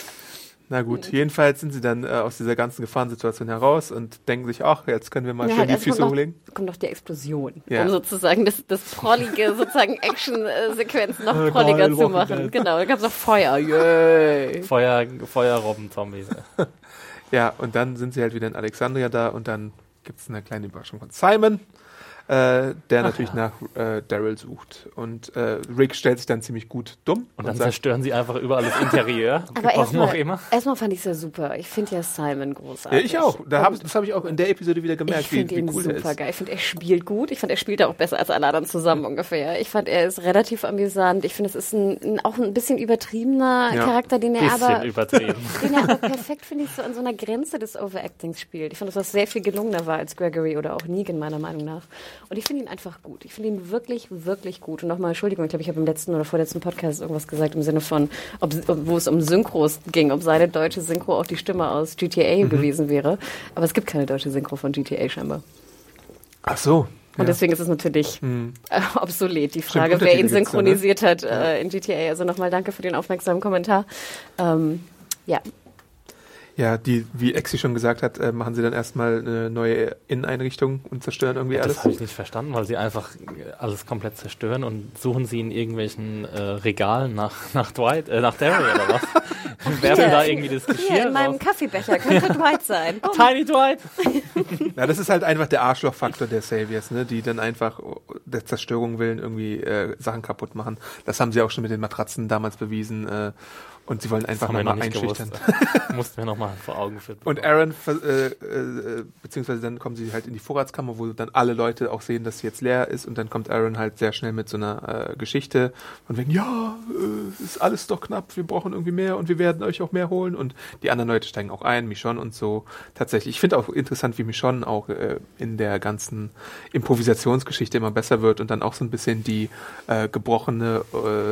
Na gut, jedenfalls sind sie dann aus dieser ganzen Gefahrensituation heraus und denken sich, ach, jetzt können wir mal schön die Füße hochlegen. Kommt noch die Explosion, um sozusagen das prollige, sozusagen Action-Sequenz noch prolliger zu machen. Genau, da gab es noch Feuer. Yay. Feuerrobben-Zombies. Ja, und dann sind sie halt wieder in Alexandria da und dann gibt es eine kleine Überraschung von Simon, der natürlich nach Daryl sucht. Und Rick stellt sich dann ziemlich gut dumm. Und dann zerstören sie einfach überall das Interieur. Aber erstmal fand ich es ja super. Ich finde ja Simon großartig. Ja, ich auch. Das habe ich auch in der Episode wieder gemerkt, wie cool er ist. Ich finde ihn super geil. Ich finde, er spielt gut. Ich fand, er spielt auch besser als alle anderen zusammen ungefähr. Ich fand, er ist relativ amüsant. Ich finde, es ist auch ein bisschen übertriebener Charakter, den er aber perfekt, finde ich, so an so einer Grenze des Overactings spielt. Ich fand, dass das sehr viel gelungener war als Gregory oder auch Negan, meiner Meinung nach. Und ich finde ihn einfach gut. Ich finde ihn wirklich, wirklich gut. Und nochmal, Entschuldigung, ich glaube, ich habe im letzten oder vorletzten Podcast irgendwas gesagt im Sinne von, wo es um Synchros ging, ob seine deutsche Synchro auch die Stimme aus GTA gewesen wäre. Aber es gibt keine deutsche Synchro von GTA scheinbar. Ach so. Und deswegen ist es natürlich obsolet, die Frage, wer ihn synchronisiert hat in GTA. Also nochmal danke für den aufmerksamen Kommentar. Ja. Ja, wie Exi schon gesagt hat, machen sie dann erstmal eine neue Inneneinrichtung und zerstören irgendwie alles. Das habe ich nicht verstanden, weil sie einfach alles komplett zerstören und suchen sie in irgendwelchen Regalen nach Dwight, nach Daryl oder was? Und werfen da irgendwie das Geschirr Hier in meinem Kaffeebecher könnte Dwight sein. Tiny Dwight! Ja, das ist halt einfach der Arschlochfaktor der Saviors, ne? Die dann einfach der Zerstörung willen irgendwie Sachen kaputt machen. Das haben sie auch schon mit den Matratzen damals bewiesen. Und sie wollen einfach nochmal einschüchtern. Mussten wir nochmal vor Augen führen. Und Aaron, beziehungsweise dann kommen sie halt in die Vorratskammer, wo dann alle Leute auch sehen, dass sie jetzt leer ist. Und dann kommt Aaron halt sehr schnell mit so einer Geschichte von wegen, ist alles doch knapp, wir brauchen irgendwie mehr und wir werden euch auch mehr holen. Und die anderen Leute steigen auch ein, Michonne und so. Tatsächlich, ich finde auch interessant, wie Michonne auch in der ganzen Improvisationsgeschichte immer besser wird und dann auch so ein bisschen die gebrochene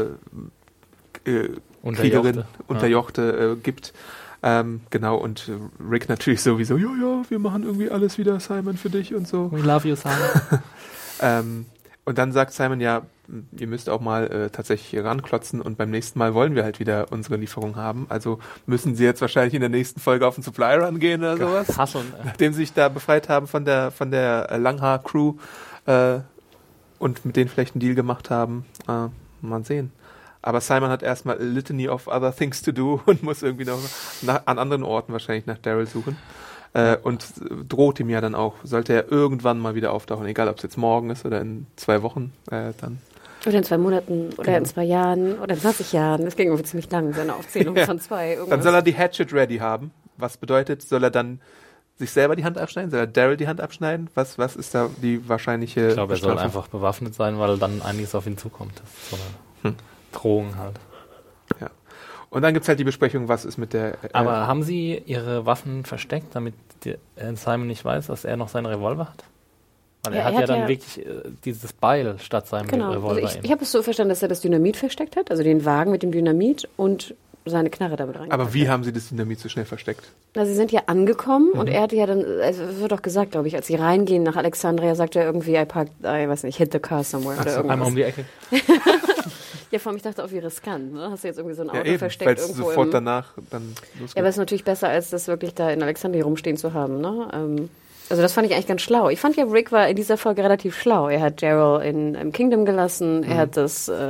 Unterjochte gibt. Genau, und Rick natürlich sowieso, wir machen irgendwie alles wieder, Simon, für dich und so. We love you, Simon. Und dann sagt Simon, ja, ihr müsst auch mal tatsächlich hier ranklotzen und beim nächsten Mal wollen wir halt wieder unsere Lieferung haben. Also müssen sie jetzt wahrscheinlich in der nächsten Folge auf den Supply Run gehen oder sowas. Hasseln. Nachdem sie sich da befreit haben von der Langhaar-Crew und mit denen vielleicht einen Deal gemacht haben. Mal sehen. Aber Simon hat erstmal a litany of other things to do und muss irgendwie noch an anderen Orten wahrscheinlich nach Daryl suchen. Und droht ihm ja dann auch, sollte er irgendwann mal wieder auftauchen, egal ob es jetzt morgen ist oder in 2 Wochen, dann. Oder in 2 Monaten, oder in 2 Jahren, oder in 20 Jahren. Das ging irgendwie ziemlich lang, seine Aufzählung von 2. Irgendwas. Dann soll er die Hatchet ready haben. Was bedeutet, soll er dann sich selber die Hand abschneiden? Soll er Daryl die Hand abschneiden? Was ist da die wahrscheinliche Ich glaube, er soll Bestrafung? einfach bewaffnet sein, weil dann einiges auf ihn zukommt. Das ist so eine Drohung halt. Ja. Und dann gibt es halt die Besprechung, was ist mit der... Aber haben sie ihre Waffen versteckt, damit Simon nicht weiß, dass er noch seinen Revolver hat? Weil er hat ja dann wirklich dieses Beil statt seinem Revolver. Also ich habe es so verstanden, dass er das Dynamit versteckt hat, also den Wagen mit dem Dynamit und seine Knarre damit rein. Aber wie haben sie das Dynamit so schnell versteckt? Na, sie sind ja angekommen und er hatte ja dann, also es wird doch gesagt, glaube ich, als sie reingehen nach Alexandria, sagt er irgendwie, I weiß nicht, hit the car somewhere oder irgendwas. Einmal um die Ecke. Ja, vor allem, ich dachte auch, wie riskant, ne? Hast du jetzt irgendwie so ein Auto Ja, eben, versteckt weil es irgendwo sofort danach dann losgeht. Ja, aber es ist natürlich besser, als das wirklich da in Alexandria rumstehen zu haben, ne? Also das fand ich eigentlich ganz schlau. Ich fand ja, Rick war in dieser Folge relativ schlau. Er hat Daryl im Kingdom gelassen, er hat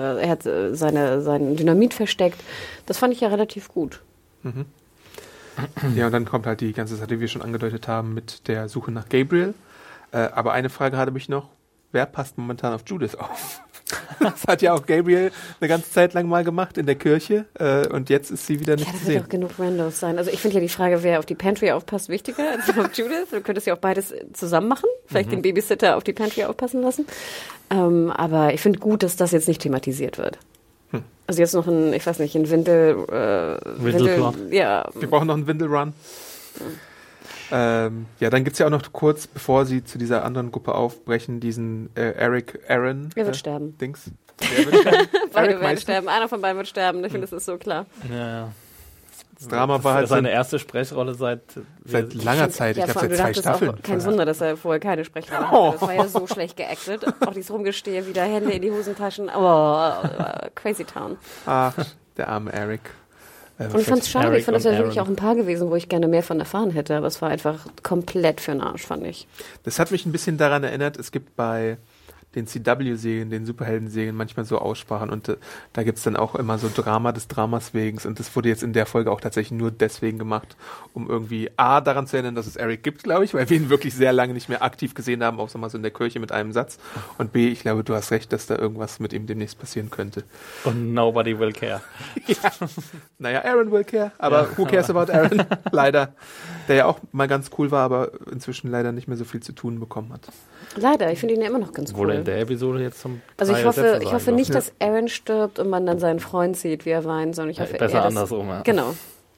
sein Dynamit versteckt. Das fand ich ja relativ gut. Ja, und dann kommt halt die ganze Sache, die wir schon angedeutet haben, mit der Suche nach Gabriel. Aber eine Frage hatte mich noch, wer passt momentan auf Judith auf? Das hat ja auch Gabriel eine ganze Zeit lang mal gemacht in der Kirche und jetzt ist sie wieder nicht Ja, zu da sehen. wird auch genug Randos sein. Also ich finde ja die Frage, wer auf die Pantry aufpasst, wichtiger als auf Judith. Du könntest ja auch beides zusammen machen. Vielleicht den Babysitter auf die Pantry aufpassen lassen. Aber ich finde gut, dass das jetzt nicht thematisiert wird. Also jetzt noch ein Windelplot. Ja. Wir brauchen noch einen Windelrun. Ja, dann gibt's ja auch noch kurz, bevor sie zu dieser anderen Gruppe aufbrechen, diesen Aaron. Er wird sterben. Dings. Der wird sterben. Beide Eric werden Meister. sterben. Einer von beiden wird sterben. Ich finde, das ist so klar. Ja. Das Drama Das war ist halt seine erste Sprechrolle seit langer Zeit. Ich Ja, glaube, vor allem, seit 2 du dachtest Staffeln. auch, kein Wunder, dass er vorher keine Sprechrolle hatte. Das war ja so schlecht geactet. Auch dieses Rumgestehe, wieder Hände in die Hosentaschen. Crazy Town. Ach, der arme Eric. Und ich fand es schade. Eric Ich fand, das wäre und wirklich auch ein Paar gewesen, wo ich gerne mehr von erfahren hätte. Aber es war einfach komplett für den Arsch, fand ich. Das hat mich ein bisschen daran erinnert, es gibt bei den CW-Serien, den Superhelden-Serien manchmal so Aussprachen und da gibt's dann auch immer so Drama des Dramas wegen und das wurde jetzt in der Folge auch tatsächlich nur deswegen gemacht, um irgendwie A, daran zu erinnern, dass es Eric gibt, glaube ich, weil wir ihn wirklich sehr lange nicht mehr aktiv gesehen haben, außer mal so in der Kirche mit einem Satz und B, ich glaube, du hast recht, dass da irgendwas mit ihm demnächst passieren könnte. Und nobody will care. Ja. Naja, Aaron will care, aber who cares about Aaron? Leider. Der ja auch mal ganz cool war, aber inzwischen leider nicht mehr so viel zu tun bekommen hat. Leider, ich finde ihn ja immer noch ganz Obwohl er cool. in der Episode jetzt zum Also ich Teil hoffe, Sätze ich sagen hoffe darf. nicht, dass Aaron stirbt und man dann seinen Freund sieht, wie er weint, sondern ich hoffe Besser eher, andersrum, ja. Genau.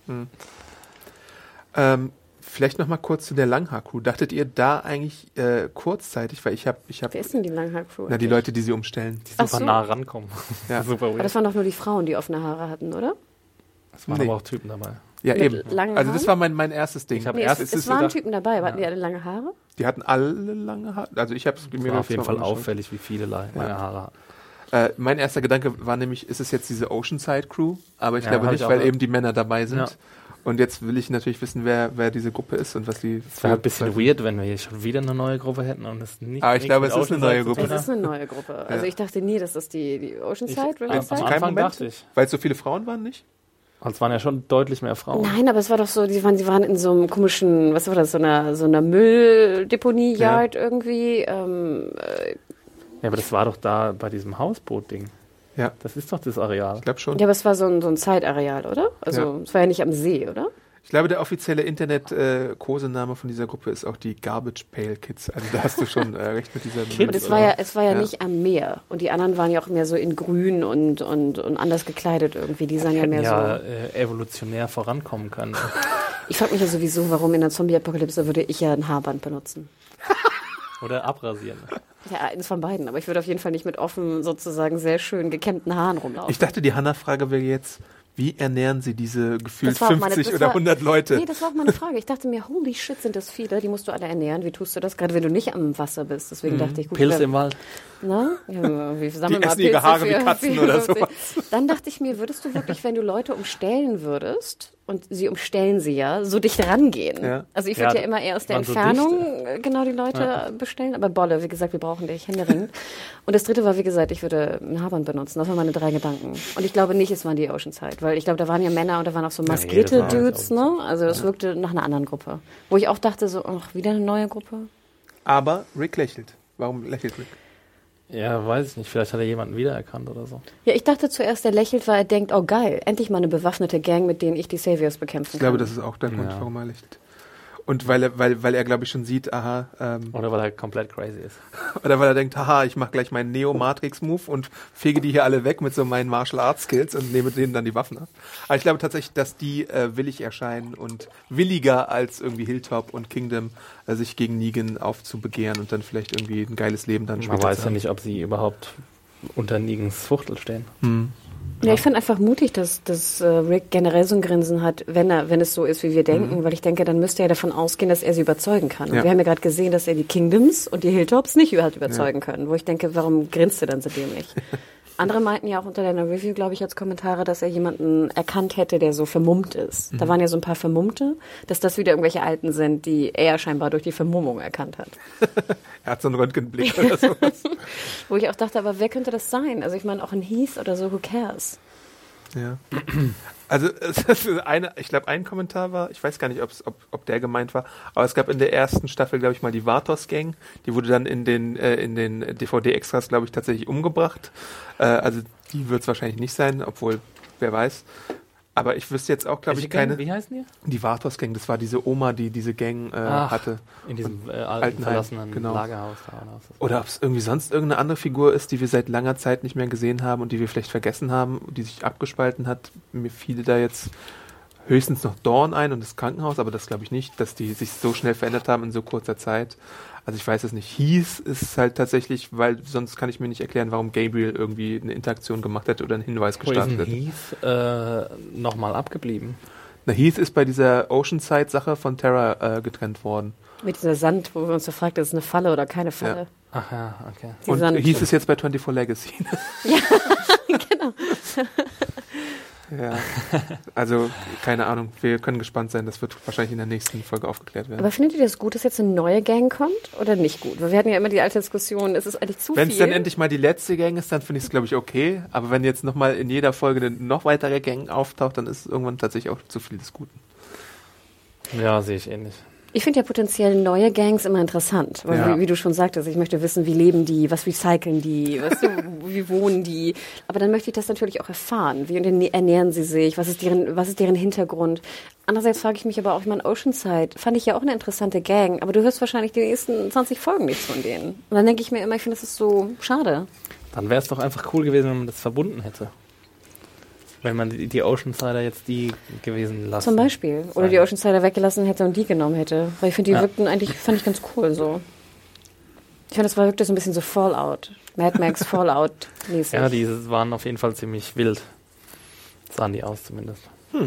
Vielleicht noch mal kurz zu der Langhaar-Crew. Dachtet ihr da eigentlich kurzzeitig, weil ich hab Wer ist denn die Langhaar-Crew? die Leute, die sie umstellen. Ach Super so. nah rankommen. Ja. Super Aber weird. das waren doch nur die Frauen, die offene Haare hatten, oder? Es waren Nee. aber auch Typen dabei. Ja, Mit eben. langen Also das Haaren? war mein erstes Ding. Ich hab Nee, erst- es waren Typen dabei. Hatten die alle lange Haare? Die hatten alle lange Haare. Also ich habe es Es mir war auf jeden zwar Fall angeschaut. auffällig, wie viele lange Haare hatten. Mein erster Gedanke war nämlich, ist es jetzt diese Oceanside Crew? Aber ich Ja, glaube hab nicht, ich auch weil gedacht. eben die Männer dabei sind. Ja. Und jetzt will ich natürlich wissen, wer diese Gruppe ist und was die... Es wäre ein bisschen weird, wenn wir hier schon wieder eine neue Gruppe hätten und es nicht. Aber ich glaube, nichts es mit ist eine Oceanside neue zu Gruppe. tun Es hat. ist eine neue Gruppe. Also ich dachte nie, dass das die Oceanside, Am Riverside? keinen Anfang Moment? dachte ich. Weil es so viele Frauen waren, nicht? Es waren ja schon deutlich mehr Frauen. Nein, aber es war doch so, sie waren in so einem komischen, was war das, so einer Mülldeponie-Yard irgendwie. Ja, aber das war doch da bei diesem Hausboot-Ding. Ja, Das ist doch das Areal. ich glaube schon. Ja, aber es war so ein Zeitareal, oder? Also Ja. es war ja nicht am See, oder? Ich glaube, der offizielle Internet-Kosename von dieser Gruppe ist auch die Garbage Pail Kids. Also da hast du schon recht mit dieser... Und es war ja Ja. nicht am Meer. Und die anderen waren ja auch mehr so in grün und anders gekleidet irgendwie. Die sahen ja mehr Ja, so. evolutionär vorankommen können. Ich frage mich ja sowieso, warum in der Zombie-Apokalypse würde ich ja ein Haarband benutzen. Oder abrasieren. Ja, eins von beiden. Aber ich würde auf jeden Fall nicht mit offen, sozusagen sehr schön gekämmten Haaren rumlaufen. Ich dachte, die Hanna-Frage wäre jetzt, wie ernähren sie diese gefühlt Das war auch meine- 50 das oder war- 100 Leute? Nee, das war auch meine Frage. Ich dachte mir, holy shit, sind das viele, die musst du alle ernähren. Wie tust du das, gerade wenn du nicht am Wasser bist? Deswegen dachte ich, gut, Pilz im Wald. ne? Ja, wir sammeln Die mal essen ihre Pilze Haare wie Katzen oder 50. sowas. Dann dachte ich mir, würdest du wirklich, wenn du Leute umstellen würdest, und sie umstellen sie ja, so dicht rangehen. Ja. Also ich würde ja immer eher aus der Entfernung genau die Leute bestellen. Aber Bolle, wie gesagt, wir brauchen dich händeringend. Und das dritte war, wie gesagt, ich würde einen Haarband benutzen. Das waren meine 3 Gedanken. Und ich glaube nicht, es waren die Oceanside. Weil ich glaube, da waren ja Männer und da waren auch so maskierte Dudes. Ne? Also das wirkte nach einer anderen Gruppe. Wo ich auch dachte, so, ach, wieder eine neue Gruppe. Aber Rick lächelt. Warum lächelt Rick? Ja, weiß ich nicht. Vielleicht hat er jemanden wiedererkannt oder so. Ja, ich dachte zuerst, er lächelt, weil er denkt, oh geil, endlich mal eine bewaffnete Gang, mit denen ich die Saviors bekämpfen kann. Ich glaube, das ist auch der Grund, warum er lächelt. Und weil er glaube ich, schon sieht, aha. Oder weil er komplett crazy ist. Oder weil er denkt, haha, ich mache gleich meinen Neo-Matrix-Move und fege die hier alle weg mit so meinen Martial-Arts-Skills und nehme denen dann die Waffen ab. Aber ich glaube tatsächlich, dass die willig erscheinen und williger als irgendwie Hilltop und Kingdom sich gegen Negan aufzubegehren und dann vielleicht irgendwie ein geiles Leben dann später. Man weiß ja nicht, ob sie überhaupt unter Negans Fuchtel stehen. Ja, ich fand einfach mutig, dass Rick generell so ein Grinsen hat, wenn es so ist, wie wir denken, weil ich denke, dann müsste er davon ausgehen, dass er sie überzeugen kann. Und wir haben ja gerade gesehen, dass er die Kingdoms und die Hilltops nicht überzeugen können, wo ich denke, warum grinst er dann so dämlich? Andere meinten ja auch unter deiner Review, glaube ich, als Kommentare, dass er jemanden erkannt hätte, der so vermummt ist. Da waren ja so ein paar Vermummte, dass das wieder irgendwelche Alten sind, die er scheinbar durch die Vermummung erkannt hat. Er hat so einen Röntgenblick oder sowas. Wo ich auch dachte, aber wer könnte das sein? Also ich meine, auch ein Heath oder so, who cares? Ja. Also ich glaube, ein Kommentar war, ich weiß gar nicht, ob der gemeint war, aber es gab in der ersten Staffel, glaube ich, mal die Vatos-Gang, die wurde dann in den DVD-Extras, glaube ich, tatsächlich umgebracht. Also die wird es wahrscheinlich nicht sein, obwohl, wer weiß. Aber ich wüsste jetzt auch, glaube ich, keine... Wie heißen die? Die Vatos-Gang, das war diese Oma, die diese Gang hatte. In diesem alten verlassenen Lagerhaus. Oder ob es irgendwie sonst irgendeine andere Figur ist, die wir seit langer Zeit nicht mehr gesehen haben und die wir vielleicht vergessen haben, die sich abgespalten hat. Mir fiel da jetzt höchstens noch Dawn ein und das Krankenhaus, aber das glaube ich nicht, dass die sich so schnell verändert haben in so kurzer Zeit. Also ich weiß es nicht. Heath ist halt tatsächlich, weil sonst kann ich mir nicht erklären, warum Gabriel irgendwie eine Interaktion gemacht hätte oder einen Hinweis gestartet hätte. Heath nochmal abgeblieben? Na, Heath ist bei dieser Oceanside-Sache von Terra getrennt worden. Mit dieser Sand, wo wir uns gefragt haben, ist es eine Falle oder keine Falle? Ja. Ach ja, okay. Und Heath ist jetzt bei 24 Legacy. Ja, genau. Ja, also keine Ahnung, wir können gespannt sein, das wird wahrscheinlich in der nächsten Folge aufgeklärt werden. Aber findet ihr das gut, dass jetzt eine neue Gang kommt oder nicht gut? Weil wir hatten ja immer die alte Diskussion, ist es eigentlich zu viel? Wenn es dann endlich mal die letzte Gang ist, dann finde ich es, glaube ich, okay. Aber wenn jetzt nochmal in jeder Folge eine noch weitere Gang auftaucht, dann ist es irgendwann tatsächlich auch zu viel des Guten. Ja, sehe ich ähnlich. Ich finde ja potenziell neue Gangs immer interessant, weil wie du schon sagtest, ich möchte wissen, wie leben die, was recyceln die, wie wohnen die. Aber dann möchte ich das natürlich auch erfahren. Wie ernähren sie sich? Was ist deren Hintergrund? Andererseits frage ich mich aber auch, ich meine, Oceanside fand ich ja auch eine interessante Gang, aber du hörst wahrscheinlich die nächsten 20 Folgen nichts von denen. Und dann denke ich mir immer, ich finde, das ist so schade. Dann wäre es doch einfach cool gewesen, wenn man das verbunden hätte. Wenn man die Oceansider jetzt die gewesen lassen. Zum Beispiel. Oder die Oceansider weggelassen hätte und die genommen hätte. Weil ich finde, die wirkten eigentlich, fand ich ganz cool so. Ich fand, das wirkte so ein bisschen so Fallout. Mad Max Fallout-mäßig. Ja, die waren auf jeden Fall ziemlich wild. Sahen die aus zumindest.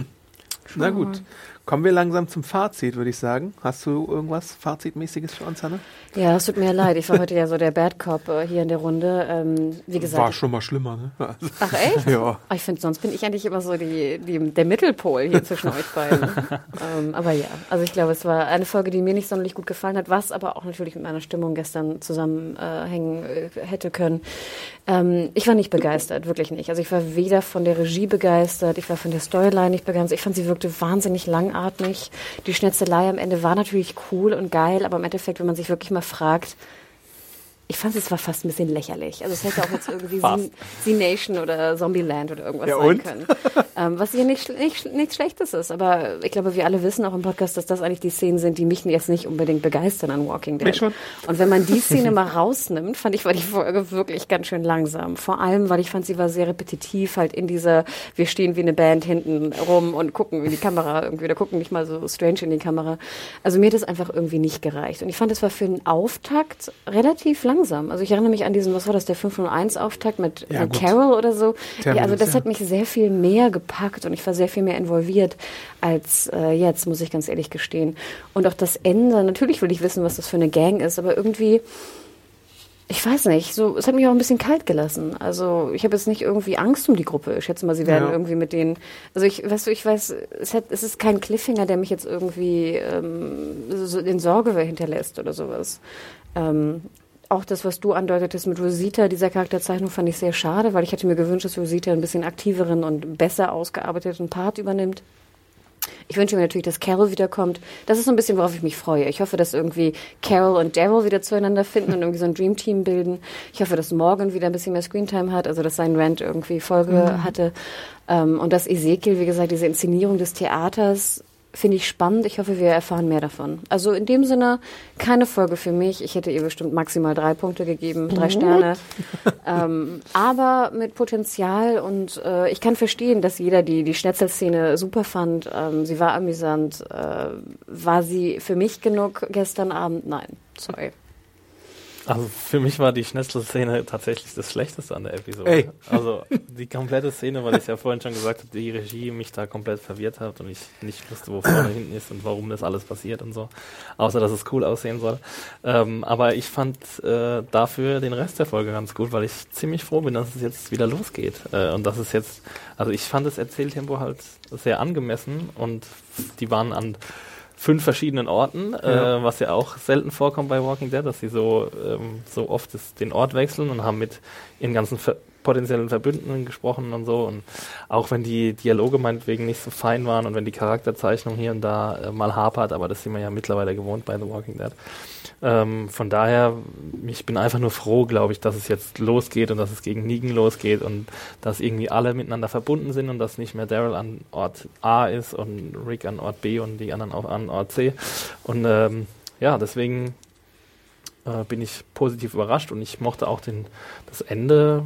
Na gut. Kommen wir langsam zum Fazit, würde ich sagen. Hast du irgendwas Fazitmäßiges für uns, Hanne? Ja, es tut mir leid. Ich war heute ja so der Bad Cop hier in der Runde. Wie gesagt, war schon mal schlimmer, ne? Also, ach echt? Ja. Ich finde, sonst bin ich eigentlich immer so der Mittelpol hier zwischen euch beiden. Aber ja, also ich glaube, es war eine Folge, die mir nicht sonderlich gut gefallen hat, was aber auch natürlich mit meiner Stimmung gestern zusammenhängen hätte können. Ich war nicht begeistert, wirklich nicht. Also ich war weder von der Regie begeistert, ich war von der Storyline nicht begeistert. Ich fand, sie wirkte wahnsinnig langatmig. Die Schnetzelei am Ende war natürlich cool und geil, aber im Endeffekt, wenn man sich wirklich mal fragt, ich fand es war fast ein bisschen lächerlich. Also es hätte auch jetzt irgendwie Z-Nation oder Zombieland oder irgendwas sein können. Was hier nichts Schlechtes ist. Aber ich glaube, wir alle wissen auch im Podcast, dass das eigentlich die Szenen sind, die mich jetzt nicht unbedingt begeistern an Walking Dead. Schon. Und wenn man die Szene mal rausnimmt, fand ich, war die Folge wirklich ganz schön langsam. Vor allem, weil ich fand, sie war sehr repetitiv, halt in dieser, wir stehen wie eine Band hinten rum und gucken in die Kamera irgendwie, oder gucken nicht mal so strange in die Kamera. Also mir hat das einfach irgendwie nicht gereicht. Und ich fand, es war für einen Auftakt relativ langsam. Also ich erinnere mich an diesen, was war das, der 501-Auftakt mit Carol oder so. Ja, also das hat mich sehr viel mehr gepackt und ich war sehr viel mehr involviert als jetzt, muss ich ganz ehrlich gestehen. Und auch das Ende, natürlich will ich wissen, was das für eine Gang ist, aber irgendwie, Ich weiß nicht, so, es hat mich auch ein bisschen kalt gelassen. Also ich habe jetzt nicht irgendwie Angst um die Gruppe. Ich schätze mal, sie werden irgendwie mit denen, also ich weiß, es ist kein Cliffhanger, der mich jetzt irgendwie so in Sorge hinterlässt oder sowas. Auch das, was du andeutetest mit Rosita, dieser Charakterzeichnung fand ich sehr schade, weil ich hätte mir gewünscht, dass Rosita ein bisschen aktiveren und besser ausgearbeiteten Part übernimmt. Ich wünsche mir natürlich, dass Carol wiederkommt. Das ist so ein bisschen, worauf ich mich freue. Ich hoffe, dass irgendwie Carol und Daryl wieder zueinander finden und irgendwie so ein Dream-Team bilden. Ich hoffe, dass Morgan wieder ein bisschen mehr Screentime hat, also dass sein Rant irgendwie Folge hatte. Und dass Ezekiel, wie gesagt, diese Inszenierung des Theaters finde ich spannend. Ich hoffe, wir erfahren mehr davon. Also in dem Sinne, keine Folge für mich. Ich hätte ihr bestimmt maximal 3 Punkte gegeben, 3 Sterne. Aber mit Potenzial und ich kann verstehen, dass jeder die Schnetzelszene super fand. Sie war amüsant. War sie für mich genug gestern Abend? Nein, sorry. Also für mich war die Schnetzelszene tatsächlich das Schlechteste an der Episode. Ey. Also die komplette Szene, weil ich ja vorhin schon gesagt habe, die Regie mich da komplett verwirrt hat und ich nicht wusste, wo vorne hinten ist und warum das alles passiert und so. Außer, dass es cool aussehen soll. Aber ich fand dafür den Rest der Folge ganz gut, weil ich ziemlich froh bin, dass es jetzt wieder losgeht. Und dass es jetzt, also ich fand das Erzähltempo halt sehr angemessen und die waren an 5 verschiedenen Orten, was ja auch selten vorkommt bei Walking Dead, dass sie so oft den Ort wechseln und haben mit ihren ganzen potenziellen Verbündeten gesprochen und so. Und auch wenn die Dialoge meinetwegen nicht so fein waren und wenn die Charakterzeichnung hier und da mal hapert, aber das sind wir ja mittlerweile gewohnt bei The Walking Dead. Von daher, ich bin einfach nur froh, glaube ich, dass es jetzt losgeht und dass es gegen Negan losgeht und dass irgendwie alle miteinander verbunden sind und dass nicht mehr Daryl an Ort A ist und Rick an Ort B und die anderen auch an Ort C. Und deswegen bin ich positiv überrascht und ich mochte auch das Ende.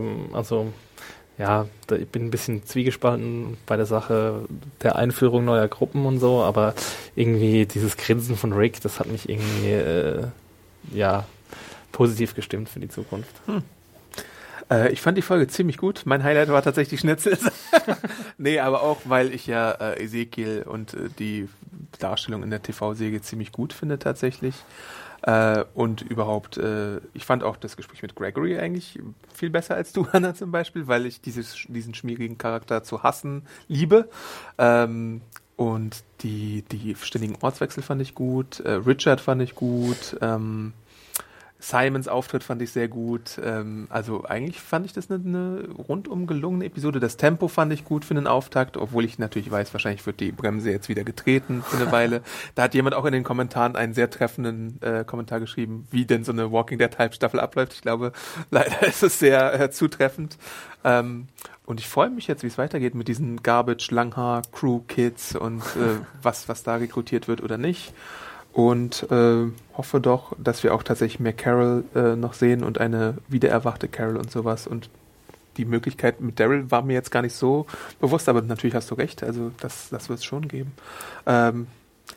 Ich bin ein bisschen zwiegespalten bei der Sache der Einführung neuer Gruppen und so, aber irgendwie dieses Grinsen von Rick, das hat mich irgendwie positiv gestimmt für die Zukunft. Ich fand die Folge ziemlich gut. Mein Highlight war tatsächlich Schnitzel. Nee, aber auch, weil ich ja Ezekiel und die Darstellung in der TV-Serie ziemlich gut finde tatsächlich. Und überhaupt, ich fand auch das Gespräch mit Gregory eigentlich viel besser als du, Hannah, zum Beispiel, weil ich diesen schmierigen Charakter zu hassen liebe. Und die ständigen Ortswechsel fand ich gut. Richard fand ich gut. Simons Auftritt fand ich sehr gut. Also eigentlich fand ich das eine rundum gelungene Episode. Das Tempo fand ich gut für den Auftakt, obwohl ich natürlich weiß, wahrscheinlich wird die Bremse jetzt wieder getreten für eine Weile. Da hat jemand auch in den Kommentaren einen sehr treffenden Kommentar geschrieben, wie denn so eine Walking Dead Halbstaffel abläuft. Ich glaube, leider ist es sehr zutreffend. Und ich freue mich jetzt, wie es weitergeht mit diesen Garbage, Langhaar, Crew, Kids und was da rekrutiert wird oder nicht. Und hoffe doch, dass wir auch tatsächlich mehr Carol noch sehen und eine wiedererwachte Carol und sowas. Und die Möglichkeit mit Daryl war mir jetzt gar nicht so bewusst, aber natürlich hast du recht, also das wird es schon geben. Also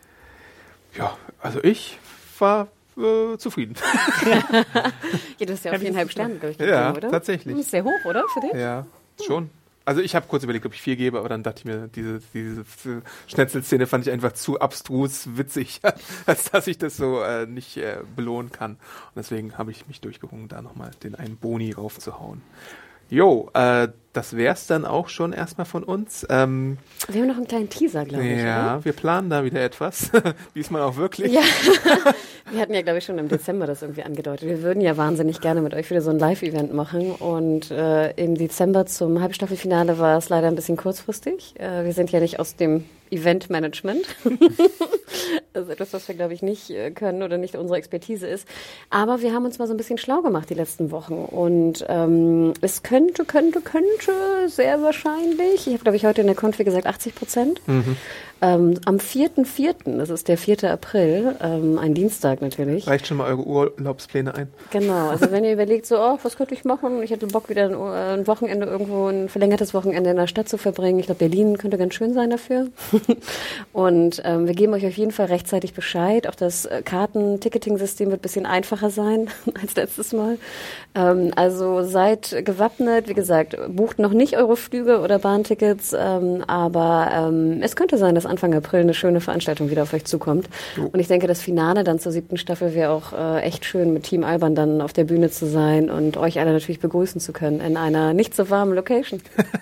ich war zufrieden. Ja, du hast ja auf 4,5 Sterne, glaube ich, gegeben, ja, oder? Tatsächlich. Das ist sehr hoch, oder, für dich? Ja, schon. Also ich habe kurz überlegt, ob ich 4 gebe, aber dann dachte ich mir, diese Schnetzelszene fand ich einfach zu abstrus witzig, als dass ich das so nicht belohnen kann. Und deswegen habe ich mich durchgerungen, da nochmal den einen Boni raufzuhauen. Jo, das wär's dann auch schon erstmal von uns. Wir haben noch einen kleinen Teaser, glaube ich. Ja, oder? wir planen da wieder etwas. Diesmal auch wirklich. Ja, wir hatten ja, glaube ich, schon im Dezember das irgendwie angedeutet. Wir würden ja wahnsinnig gerne mit euch wieder so ein Live-Event machen. Und im Dezember zum Halbstaffelfinale war es leider ein bisschen kurzfristig. Wir sind ja nicht aus dem Event-Management. Das ist etwas, was wir, glaube ich, nicht können oder nicht unsere Expertise ist. Aber wir haben uns mal so ein bisschen schlau gemacht die letzten Wochen. Und es könnte sehr wahrscheinlich, ich habe, glaube ich, heute in der Konfi gesagt 80%. Am 4.4., das ist der 4. April, ein Dienstag natürlich. Reicht schon mal eure Urlaubspläne ein. Genau, also wenn ihr überlegt, so, was könnte ich machen? Ich hätte Bock, wieder ein Wochenende irgendwo, ein verlängertes Wochenende in der Stadt zu verbringen. Ich glaube, Berlin könnte ganz schön sein dafür. Und wir geben euch auf jeden Fall rechtzeitig Bescheid. Auch das Karten-Ticketing-System wird ein bisschen einfacher sein als letztes Mal. Also seid gewappnet. Wie gesagt, bucht noch nicht eure Flüge oder Bahntickets, aber es könnte sein, dass Anfang April eine schöne Veranstaltung wieder auf euch zukommt. Und ich denke, das Finale dann zur 7. Staffel wäre auch echt schön, mit Team Alban dann auf der Bühne zu sein und euch alle natürlich begrüßen zu können in einer nicht so warmen Location.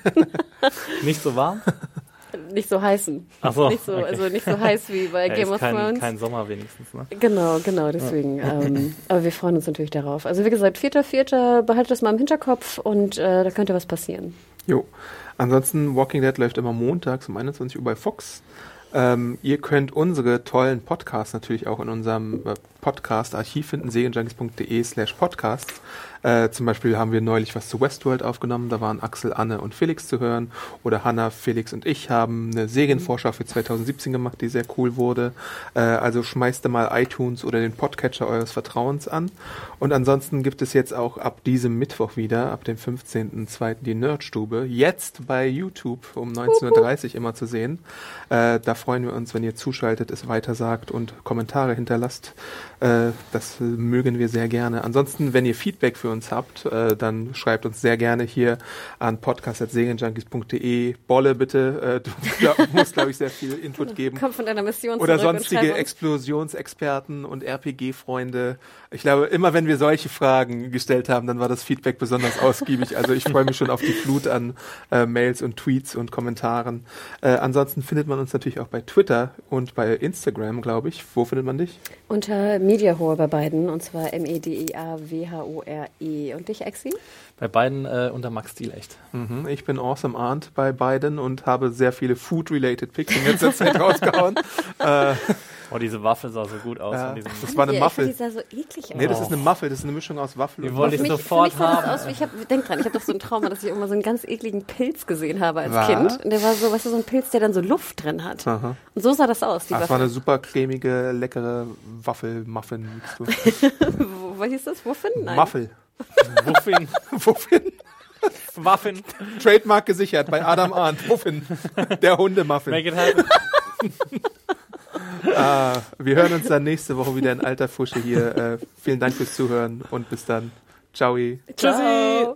Nicht so warm? Nicht so heißen. Ach so, nicht so, okay. Also nicht so heiß wie bei Game of Thrones. Kein Sommer wenigstens, ne? Genau, deswegen. Aber wir freuen uns natürlich darauf. Also wie gesagt, 4.4. behaltet das mal im Hinterkopf und da könnte was passieren. Jo. Ansonsten, Walking Dead läuft immer montags um 21 Uhr bei Fox. Ihr könnt unsere tollen Podcasts natürlich auch in unserem Podcast-Archiv finden, serienjunkies.de/podcasts. Zum Beispiel haben wir neulich was zu Westworld aufgenommen, da waren Axel, Anne und Felix zu hören. Oder Hanna, Felix und ich haben eine Serienvorschau für 2017 gemacht, die sehr cool wurde. Also schmeißt da mal iTunes oder den Podcatcher eures Vertrauens an. Und ansonsten gibt es jetzt auch ab diesem Mittwoch wieder, ab dem 15.02. die Nerdstube. Jetzt bei YouTube um 19.30 Uhr immer zu sehen. Da freuen wir uns, wenn ihr zuschaltet, es weitersagt und Kommentare hinterlasst. Das mögen wir sehr gerne. Ansonsten, wenn ihr Feedback für uns habt, dann schreibt uns sehr gerne hier an podcast@serienjunkies.de. Bolle, bitte. Du musst, glaube ich, sehr viel Input geben. Komm von deiner Mission oder zurück sonstige Explosionsexperten und RPG-Freunde. Ich glaube, immer wenn wir solche Fragen gestellt haben, dann war das Feedback besonders ausgiebig. Also ich freue mich schon auf die Flut an Mails und Tweets und Kommentaren. Ansonsten findet man uns natürlich auch bei Twitter und bei Instagram, glaube ich. Wo findet man dich? Unter Mediahore bei beiden, und zwar MEDEAWHORE. Und dich, Exi? Bei beiden unter Max Stilecht. Ich bin Awesome Arndt bei beiden und habe sehr viele Food-related Picks in letzter Zeit rausgehauen. Oh, diese Waffel sah so gut aus. Ja, das war eine Muffel. Die sah so eklig aus. Nee, das ist eine Muffel, das ist eine Mischung aus Waffel Die und wollte ich sofort haben. Denk dran, ich habe doch so ein Trauma, dass ich immer so einen ganz ekligen Pilz gesehen habe als Was? Kind. Und der war so, weißt du, so ein Pilz, der dann so Luft drin hat. Aha. Und so sah das aus, die Das war Waffel. eine super cremige, leckere Waffel-Muffin. Wo hieß das? Wuffin? Nein. Muffel. Wuffin. Wuffin. Waffen. Trademark gesichert bei Adam Arndt. Wuffin. Der Hundemuffin. Make it happen. Wir hören uns dann nächste Woche wieder in alter Frische hier. Vielen Dank fürs Zuhören und bis dann. Ciao. Tschüssi.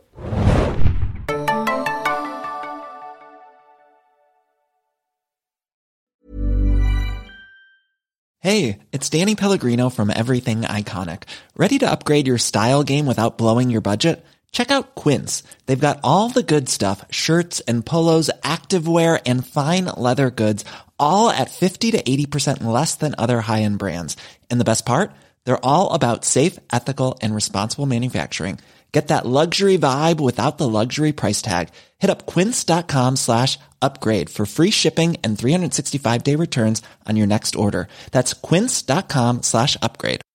Hey, it's Danny Pellegrino from Everything Iconic. Ready to upgrade your style game without blowing your budget? Check out Quince. They've got all the good stuff, shirts and polos, activewear, and fine leather goods, all at 50 to 80% less than other high-end brands. And the best part? They're all about safe, ethical, and responsible manufacturing. Get that luxury vibe without the luxury price tag. Hit up quince.com/upgrade for free shipping and 365-day returns on your next order. That's quince.com/upgrade.